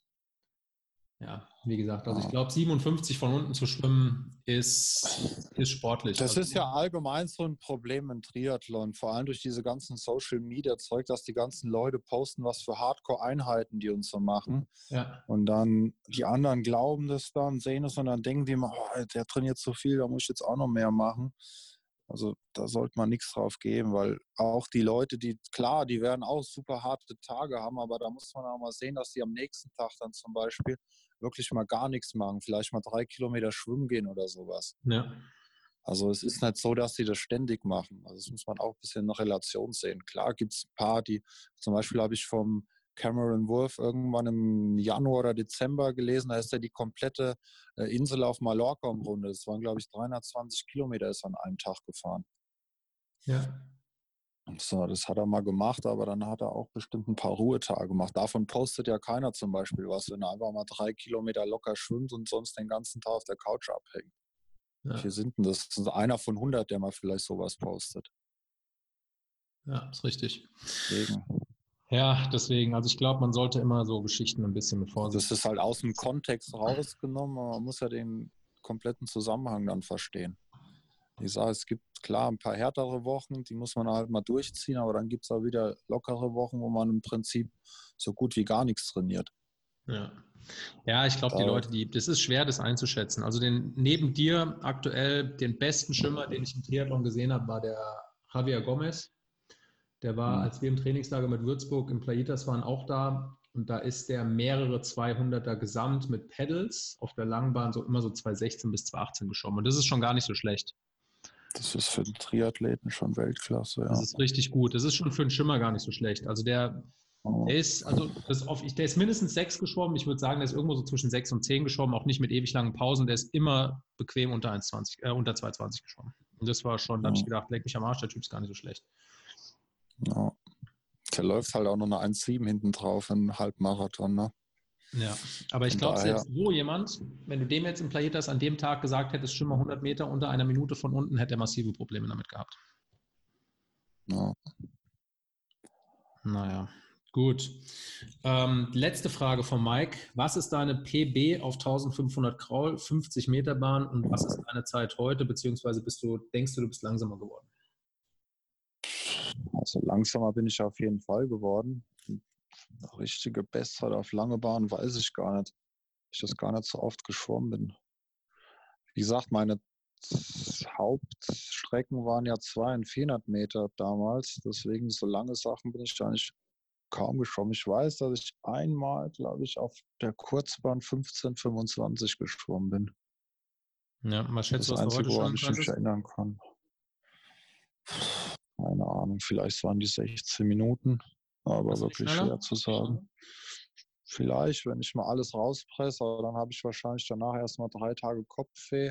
ja, wie gesagt, also ich glaube, siebenundfünfzig von unten zu schwimmen ist, ist sportlich. Das also, ist ja allgemein so ein Problem im Triathlon, vor allem durch diese ganzen Social-Media-Zeug, dass die ganzen Leute posten, was für Hardcore-Einheiten die uns so machen. Ja. Und dann die anderen glauben das dann, sehen es und dann denken die immer, oh, der trainiert so viel, da muss ich jetzt auch noch mehr machen. Also da sollte man nichts drauf geben, weil auch die Leute, die, klar, die werden auch super harte Tage haben, aber da muss man auch mal sehen, dass die am nächsten Tag dann zum Beispiel wirklich mal gar nichts machen, vielleicht mal drei Kilometer schwimmen gehen oder sowas. Ja. Also es ist nicht so, dass sie das ständig machen. Also das muss man auch ein bisschen in Relation sehen. Klar gibt es ein paar, die, zum Beispiel habe ich vom Cameron Wolf irgendwann im Januar oder Dezember gelesen, da ist er die komplette Insel auf Mallorca umrundet. Das waren, glaube ich, dreihundertzwanzig Kilometer ist er an einem Tag gefahren. Ja. So, das hat er mal gemacht, aber dann hat er auch bestimmt ein paar Ruhetage gemacht. Davon postet ja keiner zum Beispiel was, wenn er einfach mal drei Kilometer locker schwimmt und sonst den ganzen Tag auf der Couch abhängt. Ja. Wie viel sind denn das? Das ist einer von hundert, der mal vielleicht sowas postet. Ja, ist richtig. Deswegen. Ja, deswegen. Also ich glaube, man sollte immer so Geschichten ein bisschen mit Vorsicht. Das ist halt aus dem Kontext rausgenommen, aber man muss ja den kompletten Zusammenhang dann verstehen. Ich sage, es gibt klar ein paar härtere Wochen, die muss man halt mal durchziehen, aber dann gibt es auch wieder lockere Wochen, wo man im Prinzip so gut wie gar nichts trainiert. Ja, ja ich glaube, die Leute, die, das ist schwer, das einzuschätzen. Also den, neben dir aktuell den besten Schwimmer, den ich im Triathlon gesehen habe, war der Javier Gomez. Der war, als wir im Trainingslager mit Würzburg im Playitas waren, auch da. Und da ist der mehrere zweihunderter gesamt mit Pedals auf der Langbahn so immer so zwei sechzehn bis zwei achtzehn geschwommen. Und das ist schon gar nicht so schlecht. Das ist für den Triathleten schon Weltklasse, ja. Das ist richtig gut. Das ist schon für einen Schwimmer gar nicht so schlecht. Also der, der ist, also das auf, der ist mindestens sechs geschwommen. Ich würde sagen, der ist irgendwo so zwischen sechs und zehn geschwommen, auch nicht mit ewig langen Pausen. Der ist immer bequem unter eins zwanzig, äh, unter zwei zwanzig geschwommen. Und das war schon, da habe ich gedacht, leck mich am Arsch, der Typ ist gar nicht so schlecht. Ja. Der läuft halt auch noch eine eins sieben hinten drauf, ein Halbmarathon, ne? Ja, aber ich glaube, selbst so jemand, wenn du dem jetzt im Playitas an dem Tag gesagt hättest, schwimm mal hundert Meter unter einer Minute von unten, hätte er massive Probleme damit gehabt. Ja. Naja, gut. Ähm, letzte Frage von Mike. Was ist deine P B auf eintausendfünfhundert Kraul, fünfzig Meter Bahn und was ist deine Zeit heute, beziehungsweise bist du, denkst du, du bist langsamer geworden? Also langsamer bin ich auf jeden Fall geworden. Eine richtige Bestzeit auf lange Bahn weiß ich gar nicht. Ich das gar nicht so oft geschwommen bin. Wie gesagt, meine Hauptstrecken waren ja zweihundert und vierhundert Meter damals. Deswegen so lange Sachen bin ich da nicht kaum geschwommen. Ich weiß, dass ich einmal, glaube ich, auf der Kurzbahn fünfzehn fünfundzwanzig geschwommen bin. Ja, was schätzt Das du, was du heute Einzige, woran schwimmen ich mich könntest? erinnern kann. Keine Ahnung, vielleicht waren die sechzehn Minuten, aber Warst du nicht wirklich schwer schneller? zu sagen. Vielleicht, wenn ich mal alles rauspresse, aber dann habe ich wahrscheinlich danach erstmal drei Tage Kopfweh.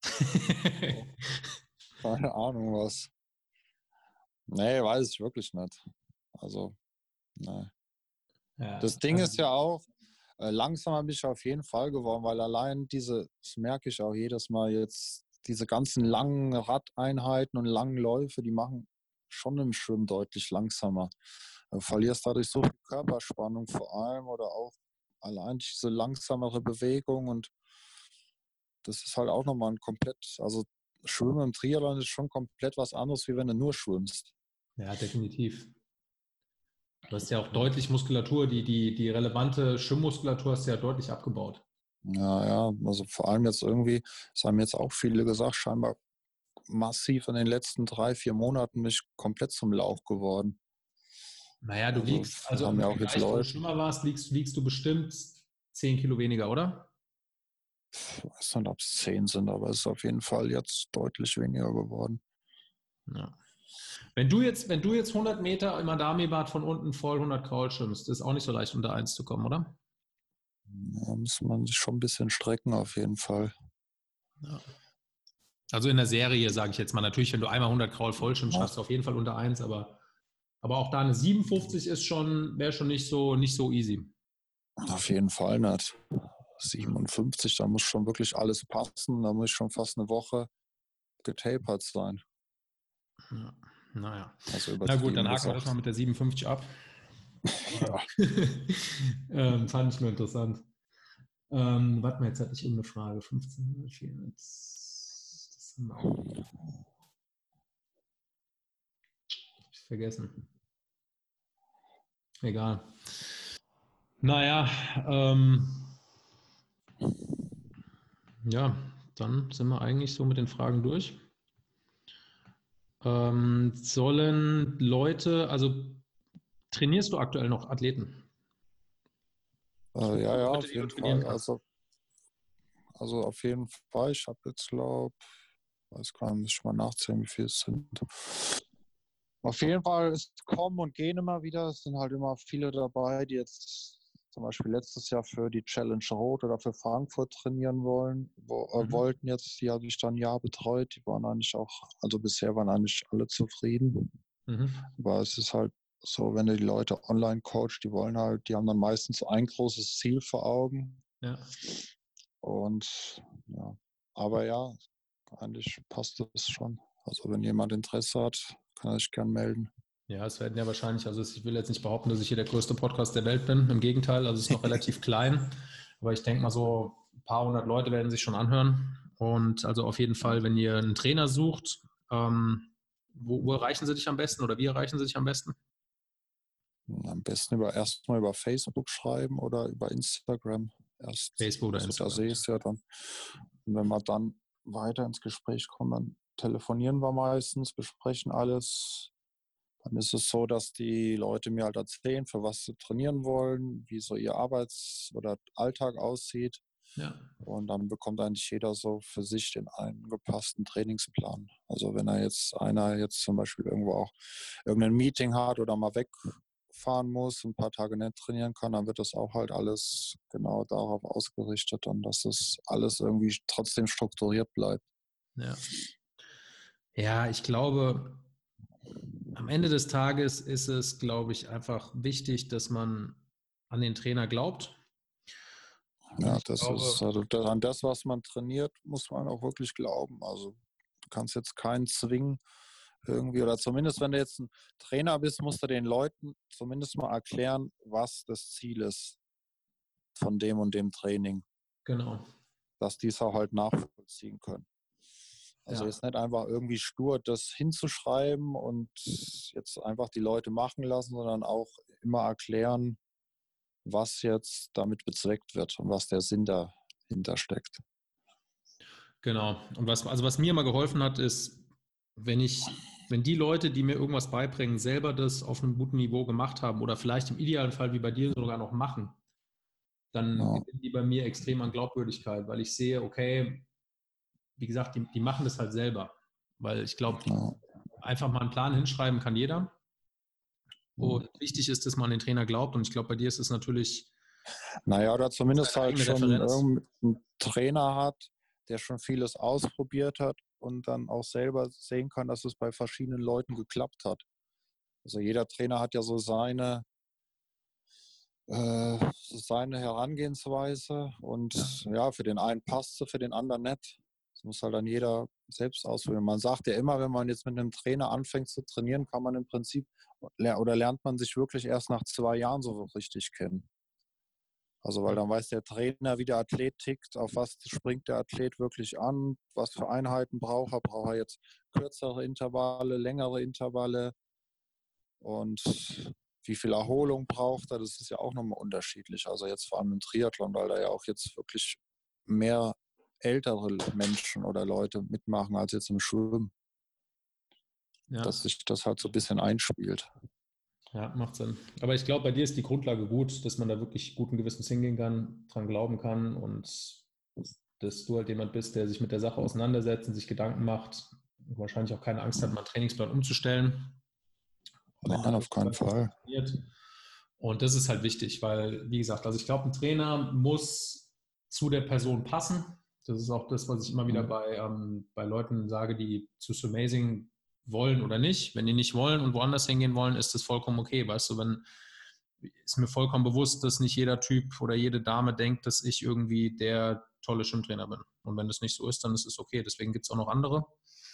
Keine Ahnung was. Nee, weiß ich wirklich nicht. Also, nee. Ja, Das Ding also, ist ja auch, äh, langsamer bin ich auf jeden Fall geworden, weil allein diese, das merke ich auch jedes Mal jetzt, diese ganzen langen Radeinheiten und langen Läufe, die machen schon im Schwimmen deutlich langsamer. Du verlierst dadurch so viel Körperspannung vor allem oder auch allein diese langsamere Bewegung und das ist halt auch nochmal ein komplett, also Schwimmen im Triathlon ist schon komplett was anderes, wie wenn du nur schwimmst. ja, definitiv. Du hast ja auch deutlich Muskulatur, die, die, die relevante Schwimmmuskulatur hast du ja deutlich abgebaut. Ja, ja, also vor allem jetzt irgendwie, das haben jetzt auch viele gesagt, scheinbar massiv in den letzten drei, vier Monaten bin ich komplett zum Lauch geworden. Naja, du Also wiegst, wir also haben im ja auch jetzt Vergleich, wo du Leute, Schwimmer warst, wiegst, wiegst du bestimmt zehn Kilo weniger, oder? ich weiß nicht, ob es zehn sind, aber es ist auf jeden Fall jetzt deutlich weniger geworden. Ja. Wenn du jetzt, wenn du jetzt hundert Meter im Adami-Bad von unten voll hundert Kraul schwimmst, ist auch nicht so leicht unter eins zu kommen, oder? Da muss man sich schon ein bisschen strecken auf jeden Fall. Ja. Also in der Serie, sage ich jetzt mal, natürlich, wenn du einmal hundert Kraul voll schwimmst, Ja, schaffst du auf jeden Fall unter eins, aber, aber auch da eine siebenundfünfzig ist schon, wäre schon nicht so, nicht so easy. auf jeden Fall nicht. siebenundfünfzig, da muss schon wirklich alles passen. Da muss ich schon fast eine Woche getapert sein. Ja. Naja. Also Na gut, dann übertrieben haken wir das mal gesagt. mit der siebenundfünfzig ab. Ja, ähm, fand ich nur interessant. Ähm, warte mal, jetzt hatte ich irgendeine Frage. fünfzehn, vierhundert, das haben wir auch. Hab ich vergessen. Egal. Naja, ähm, ja, dann sind wir eigentlich so mit den Fragen durch. Ähm, sollen Leute, also trainierst du aktuell noch Athleten? äh, ja, ja, Leute, auf die du jeden trainieren Fall. kannst? Also, also auf jeden Fall. Ich habe jetzt, glaube weiß gar nicht, muss ich mal nachzählen, wie viele es sind. Auf jeden Fall, es kommen und gehen immer wieder. Es sind halt immer viele dabei, die jetzt zum Beispiel letztes Jahr für die Challenge Rot oder für Frankfurt trainieren wollen, wo, äh, Mhm. wollten jetzt, die habe ich dann ein Jahr betreut. Die waren eigentlich auch, also bisher waren eigentlich alle zufrieden. Mhm. Aber es ist halt so, wenn du die Leute online coachst, die wollen halt, die haben dann meistens ein großes Ziel vor Augen. Ja. Und ja, aber ja, eigentlich passt das schon. Also wenn jemand Interesse hat, kann er sich gern melden. Ja, es werden ja wahrscheinlich, also ich will jetzt nicht behaupten, dass ich hier der größte Podcast der Welt bin. Im Gegenteil, also es ist noch relativ klein. Aber ich denke mal, so ein paar hundert Leute werden sich schon anhören. Und also auf jeden Fall, wenn ihr einen Trainer sucht, ähm, wo, wo erreichen sie dich am besten oder wie erreichen sie dich am besten? Am besten über erstmal über Facebook schreiben oder über Instagram. Erst, Facebook oder also da Instagram. sehe ich es ja dann. Und wenn wir dann weiter ins Gespräch kommen, dann telefonieren wir meistens, besprechen alles. Dann ist es so, dass die Leute mir halt erzählen, für was sie trainieren wollen, wie so ihr Arbeits- oder Alltag aussieht. Ja. Und dann bekommt eigentlich jeder so für sich den angepassten Trainingsplan. Also wenn er jetzt einer jetzt zum Beispiel irgendwo auch irgendein Meeting hat oder mal wegfahren muss, ein paar Tage nicht trainieren kann, dann wird das auch halt alles genau darauf ausgerichtet und dass das alles irgendwie trotzdem strukturiert bleibt. Ja. Ja, ich glaube, am Ende des Tages ist es, glaube ich, einfach wichtig, dass man an den Trainer glaubt. Und Ja, ich das ist glaube, also an das, was man trainiert, muss man auch wirklich glauben. Also du kannst jetzt keinen zwingen irgendwie, oder zumindest wenn du jetzt ein Trainer bist, musst du den Leuten zumindest mal erklären, was das Ziel ist von dem und dem Training, genau. dass die es auch halt nachvollziehen können. Also Ja. jetzt nicht einfach irgendwie stur das hinzuschreiben und jetzt einfach die Leute machen lassen, sondern auch immer erklären, was jetzt damit bezweckt wird und was der Sinn dahinter steckt. Genau. Und was, also was mir immer geholfen hat, ist, wenn ich, wenn die Leute, die mir irgendwas beibringen, selber das auf einem guten Niveau gemacht haben oder vielleicht im idealen Fall wie bei dir sogar noch machen, dann Ja, gewinnen die bei mir extrem an Glaubwürdigkeit, weil ich sehe, okay, wie gesagt, die, die machen das halt selber. Weil ich glaube, Ja. einfach mal einen Plan hinschreiben kann jeder. Und wichtig ist, dass man an den Trainer glaubt. Und ich glaube, bei dir ist es natürlich Naja, oder zumindest deine halt eigene schon Referenz. irgendeinen Trainer hat, der schon vieles ausprobiert hat und dann auch selber sehen kann, dass es bei verschiedenen Leuten geklappt hat. Also jeder Trainer hat ja so seine, äh, so seine Herangehensweise und Ja. ja, für den einen passt sie, für den anderen nicht. Das muss halt dann jeder selbst ausprobieren. Man sagt ja immer, wenn man jetzt mit einem Trainer anfängt zu trainieren, kann man im Prinzip oder lernt man sich wirklich erst nach zwei Jahren so richtig kennen. Also weil dann weiß der Trainer, wie der Athlet tickt, auf was springt der Athlet wirklich an, was für Einheiten braucht er, braucht er jetzt kürzere Intervalle, längere Intervalle und wie viel Erholung braucht er, das ist ja auch nochmal unterschiedlich. Also jetzt vor allem im Triathlon, weil da ja auch jetzt wirklich mehr ältere Menschen oder Leute mitmachen als jetzt im Schwimmen, Ja. dass sich das halt so ein bisschen einspielt. Ja, macht Sinn. Aber ich glaube, bei dir ist die Grundlage gut, dass man da wirklich guten Gewissens hingehen kann, dran glauben kann und dass du halt jemand bist, der sich mit der Sache auseinandersetzt und sich Gedanken macht und wahrscheinlich auch keine Angst hat, mal einen Trainingsplan umzustellen. Wenn Nein, alles auf keinen Fall. funktioniert. Und das ist halt wichtig, weil, wie gesagt, also ich glaube, ein Trainer muss zu der Person passen. Das ist auch das, was ich immer wieder bei, ähm, bei Leuten sage, die zu Swimmazing wollen oder nicht. Wenn die nicht wollen und woanders hingehen wollen, ist das vollkommen okay. Weißt du, wenn ist mir vollkommen bewusst, dass nicht jeder Typ oder jede Dame denkt, dass ich irgendwie der tolle Schwimmtrainer bin. Und wenn das nicht so ist, dann ist es okay. Deswegen gibt es auch noch andere.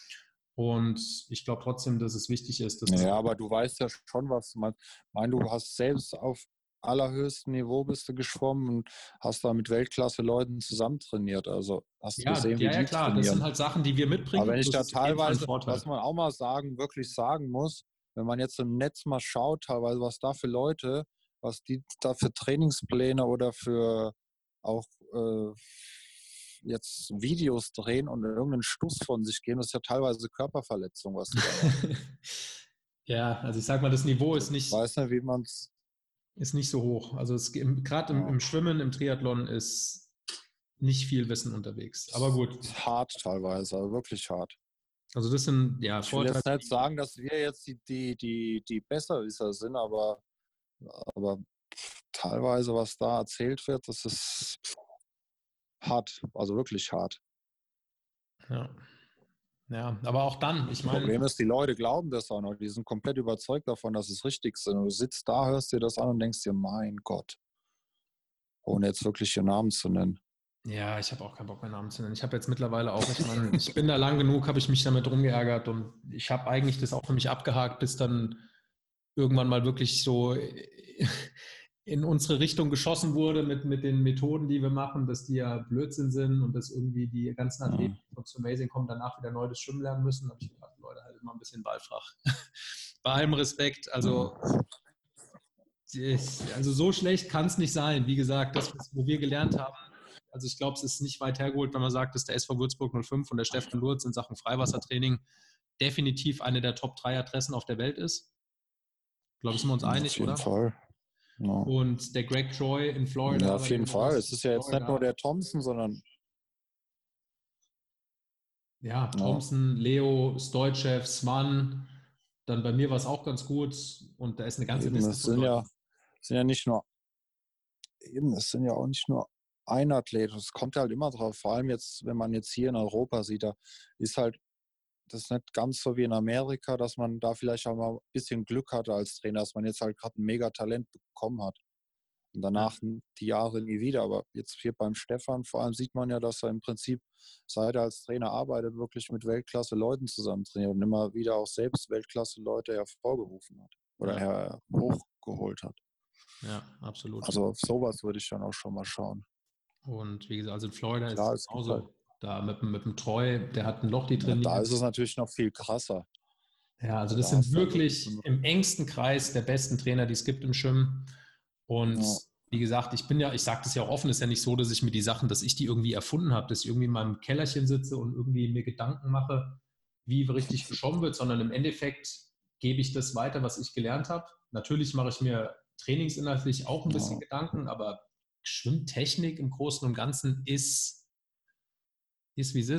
Und ich glaube trotzdem, dass es wichtig ist, dass Ja, aber du weißt ja schon, was du meinst. Ich meine, du hast selbst auf allerhöchstem Niveau bist du geschwommen und hast da mit Weltklasse-Leuten zusammen trainiert. Also hast du ja, gesehen, wie ja, ja, die klar, das sind trainieren. halt Sachen, die wir mitbringen. Aber wenn ich Das da ist auf jeden Fall ein teilweise, Vorteil. was man auch mal sagen, wirklich sagen muss, wenn man jetzt im Netz mal schaut, teilweise, was da für Leute, was die da für Trainingspläne oder für auch äh, jetzt Videos drehen und irgendeinen Stuss von sich geben, das ist ja teilweise Körperverletzung, was die da machen. Ja, also ich sag mal, das Niveau ist Also ich nicht, weiß nicht, wie man es. ist nicht so hoch. Also gerade im, Ja, im Schwimmen, im Triathlon ist nicht viel Wissen unterwegs. Aber gut, ist hart teilweise, also wirklich hart. also das sind ja Ich will Vorteile. jetzt nicht sagen, dass wir jetzt die, die, die, die Besserwisser sind, aber, aber teilweise, was da erzählt wird, das ist hart, also wirklich hart. Ja. Ja, aber auch dann, ich Das meine, Problem ist, die Leute glauben das auch noch. Die sind komplett überzeugt davon, dass es richtig ist. Und du sitzt da, hörst dir das an und denkst dir, mein Gott, ohne jetzt wirklich ihren Namen zu nennen. ja, ich habe auch keinen Bock mehr Namen zu nennen. Ich habe jetzt mittlerweile auch, ich meine, ich bin da lang genug, habe ich mich damit rumgeärgert und ich habe eigentlich das auch für mich abgehakt, bis dann irgendwann mal wirklich so in unsere Richtung geschossen wurde mit, mit den Methoden, die wir machen, dass die ja Blödsinn sind und dass irgendwie die ganzen Athleten, die von Amazing kommen, danach wieder neu das Schwimmen lernen müssen. Da habe ich gedacht, Leute, halt immer ein bisschen Ballfrach. Bei allem Respekt, also, also so schlecht kann es nicht sein. Wie gesagt, das, wo wir gelernt haben, also ich glaube, es ist nicht weit hergeholt, wenn man sagt, dass der S V Würzburg null fünf und der Stefan Lurz in Sachen Freiwassertraining definitiv eine der Top drei Adressen auf der Welt ist. Ich glaube, sind wir uns einig, Auf jeden oder? Fall. Ja. Und der Greg Troy in Florida. Ja, auf jeden Fall. Es ist ja jetzt nicht nur der Thompson, sondern. Ja, Ja. Thompson, Leo, Stoichev, Svan. Dann bei mir war es auch ganz gut. Und da ist eine ganze Eben, Liste es von sind ja, Leuten. sind ja nicht nur, eben, es sind ja auch nicht nur ein Athlet. Es kommt halt immer drauf. Vor allem jetzt, wenn man jetzt hier in Europa sieht, da ist halt das ist nicht ganz so wie in Amerika, dass man da vielleicht auch mal ein bisschen Glück hatte als Trainer, dass man jetzt halt gerade ein Mega-Talent bekommen hat. Und danach ja. die Jahre nie wieder. Aber jetzt hier beim Stefan vor allem sieht man ja, dass er im Prinzip, seit er als Trainer arbeitet, wirklich mit Weltklasse-Leuten zusammen trainiert und immer wieder auch selbst Weltklasse-Leute hervorgerufen hat oder ja. hochgeholt hat. Ja, absolut. Also auf sowas würde ich dann auch schon mal schauen. Und wie gesagt, also in Florida Klar, ist es genauso. halt, da mit, mit dem Troy, der hat ein Loch, die trainiert. Da ist es natürlich noch viel krasser. Ja, also das da sind wirklich, wirklich im engsten Kreis der besten Trainer, die es gibt im Schwimmen. Und ja. wie gesagt, ich bin ja, ich sage das ja auch offen, ist ja nicht so, dass ich mir die Sachen, dass ich die irgendwie erfunden habe, dass ich irgendwie in meinem Kellerchen sitze und irgendwie mir Gedanken mache, wie richtig geschwommen wird, sondern im Endeffekt gebe ich das weiter, was ich gelernt habe. Natürlich mache ich mir trainingsinhaltlich auch ein bisschen ja. Gedanken, aber Schwimmtechnik im Großen und Ganzen ist, ist wie es ist.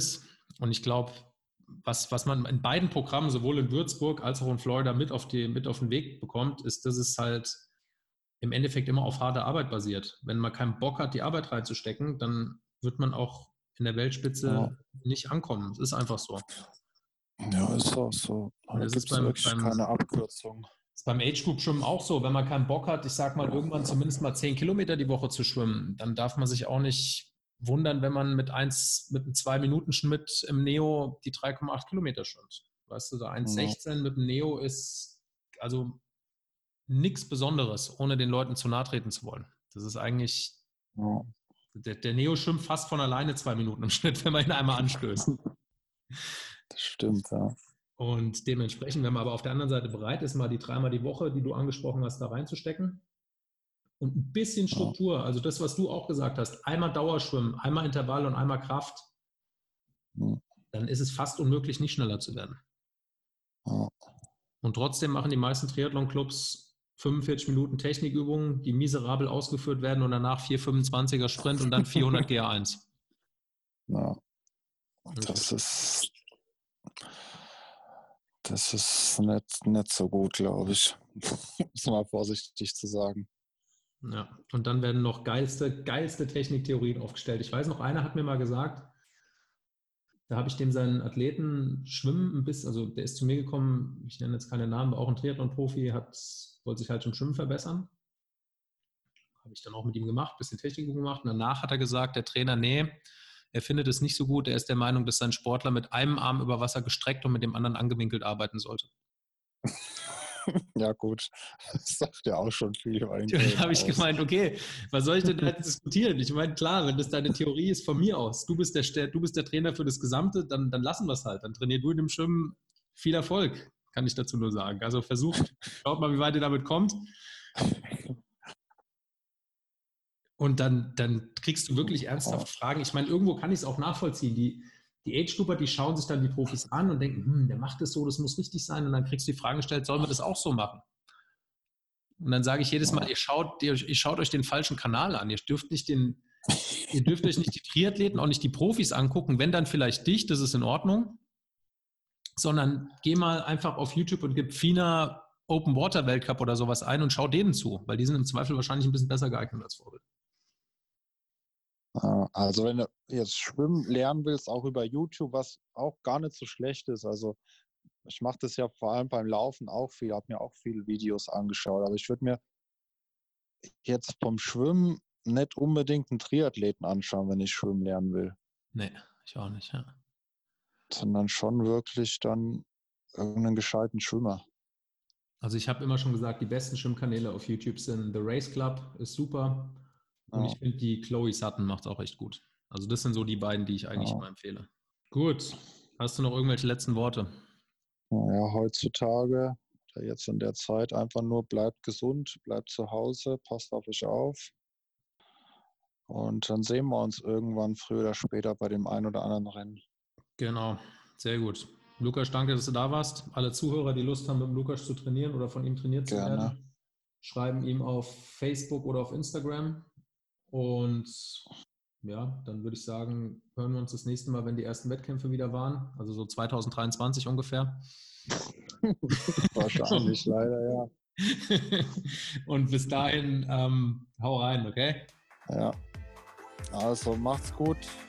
Und ich glaube, was, was man in beiden Programmen, sowohl in Würzburg als auch in Florida, mit auf, die, mit auf den Weg bekommt, ist, dass es halt im Endeffekt immer auf harte Arbeit basiert. Wenn man keinen Bock hat, die Arbeit reinzustecken, dann wird man auch in der Weltspitze ja. nicht ankommen. Es ist einfach so. Ja, ist auch so. Da gibt es wirklich beim, keine Abkürzung. Ist beim Age-Group-Schwimmen auch so. Wenn man keinen Bock hat, ich sag mal, irgendwann zumindest mal zehn Kilometer die Woche zu schwimmen, dann darf man sich auch nicht wundern, wenn man mit eins, mit einem zwei Minuten Schnitt im Neo die drei Komma acht Kilometer schwimmt. Weißt du, da eins Komma sechzehn mit dem Neo ist also nichts Besonderes, ohne den Leuten zu nahe treten zu wollen. Das ist eigentlich, ja. der, der Neo schwimmt fast von alleine zwei Minuten im Schnitt, wenn man ihn einmal anstößt. Das stimmt, ja. Und dementsprechend, wenn man aber auf der anderen Seite bereit ist, mal die dreimal die Woche, die du angesprochen hast, da reinzustecken und ein bisschen Struktur, also das, was du auch gesagt hast, einmal Dauerschwimmen, einmal Intervall und einmal Kraft, ja. dann ist es fast unmöglich, nicht schneller zu werden. Ja. Und trotzdem machen die meisten Triathlon-Clubs fünfundvierzig Minuten Technikübungen, die miserabel ausgeführt werden und danach vier fünfundzwanziger Sprint und dann vierhundert G A eins. Ja, das ist... Das ist nicht, nicht so gut, glaube ich. Muss mal vorsichtig zu sagen. Ja, und dann werden noch geilste, geilste Techniktheorien aufgestellt. Ich weiß noch, einer hat mir mal gesagt, da habe ich dem seinen Athleten Schwimmen ein bisschen, also der ist zu mir gekommen, ich nenne jetzt keine Namen, war auch ein Triathlon-Profi, hat, wollte sich halt im Schwimmen verbessern. Habe ich dann auch mit ihm gemacht, ein bisschen Technik gemacht. Und danach hat er gesagt, der Trainer, nee, er findet es nicht so gut. Er ist der Meinung, dass sein Sportler mit einem Arm über Wasser gestreckt und mit dem anderen angewinkelt arbeiten sollte. Ja gut, das sagt ja auch schon viel. Dann habe ich gemeint, okay, was soll ich denn da jetzt diskutieren? Ich meine, klar, wenn das deine Theorie ist, von mir aus, du bist der, du bist der Trainer für das Gesamte, dann, dann lassen wir es halt. Dann trainier du in dem Schwimmen. Viel Erfolg, kann ich dazu nur sagen. Also versucht, schaut mal, wie weit ihr damit kommt. Und dann, dann kriegst du wirklich ernsthaft Fragen. Ich meine, irgendwo kann ich es auch nachvollziehen. Die, die Age-Grupper, die schauen sich dann die Profis an und denken, hm, der macht das so, das muss richtig sein. Und dann kriegst du die Frage gestellt, sollen wir das auch so machen? Und dann sage ich jedes Mal, ihr schaut, ihr, ihr schaut euch den falschen Kanal an. Ihr dürft nicht den, ihr dürft euch nicht die Triathleten, auch nicht die Profis angucken. Wenn dann vielleicht dich, das ist in Ordnung. Sondern geh mal einfach auf YouTube und gib FINA Open Water Weltcup oder sowas ein und schau denen zu, weil die sind im Zweifel wahrscheinlich ein bisschen besser geeignet als Vorbild. Also wenn du jetzt schwimmen lernen willst, auch über YouTube, was auch gar nicht so schlecht ist. Also ich mache das ja vor allem beim Laufen auch viel, habe mir auch viele Videos angeschaut. Aber ich würde mir jetzt vom Schwimmen nicht unbedingt einen Triathleten anschauen, wenn ich schwimmen lernen will. Nee, ich auch nicht, ja. Sondern schon wirklich dann irgendeinen gescheiten Schwimmer. Also ich habe immer schon gesagt, die besten Schwimmkanäle auf YouTube sind The Race Club, ist super. Und ja. ich finde, die Chloe Sutton macht es auch echt gut. Also das sind so die beiden, die ich eigentlich ja. immer empfehle. Gut, hast du noch irgendwelche letzten Worte? Ja, heutzutage, jetzt in der Zeit, einfach nur bleibt gesund, bleibt zu Hause, passt auf euch auf. Und dann sehen wir uns irgendwann früher oder später bei dem einen oder anderen Rennen. Genau, sehr gut. Lukas, danke, dass du da warst. Alle Zuhörer, die Lust haben, mit dem Lukas zu trainieren oder von ihm trainiert zu Gerne. werden, schreiben ihm auf Facebook oder auf Instagram. Und ja, dann würde ich sagen, hören wir uns das nächste Mal, wenn die ersten Wettkämpfe wieder waren. Also so zwanzig dreiundzwanzig ungefähr. Wahrscheinlich, leider, ja. Und bis dahin, ähm, hau rein, okay? Ja. Also macht's gut.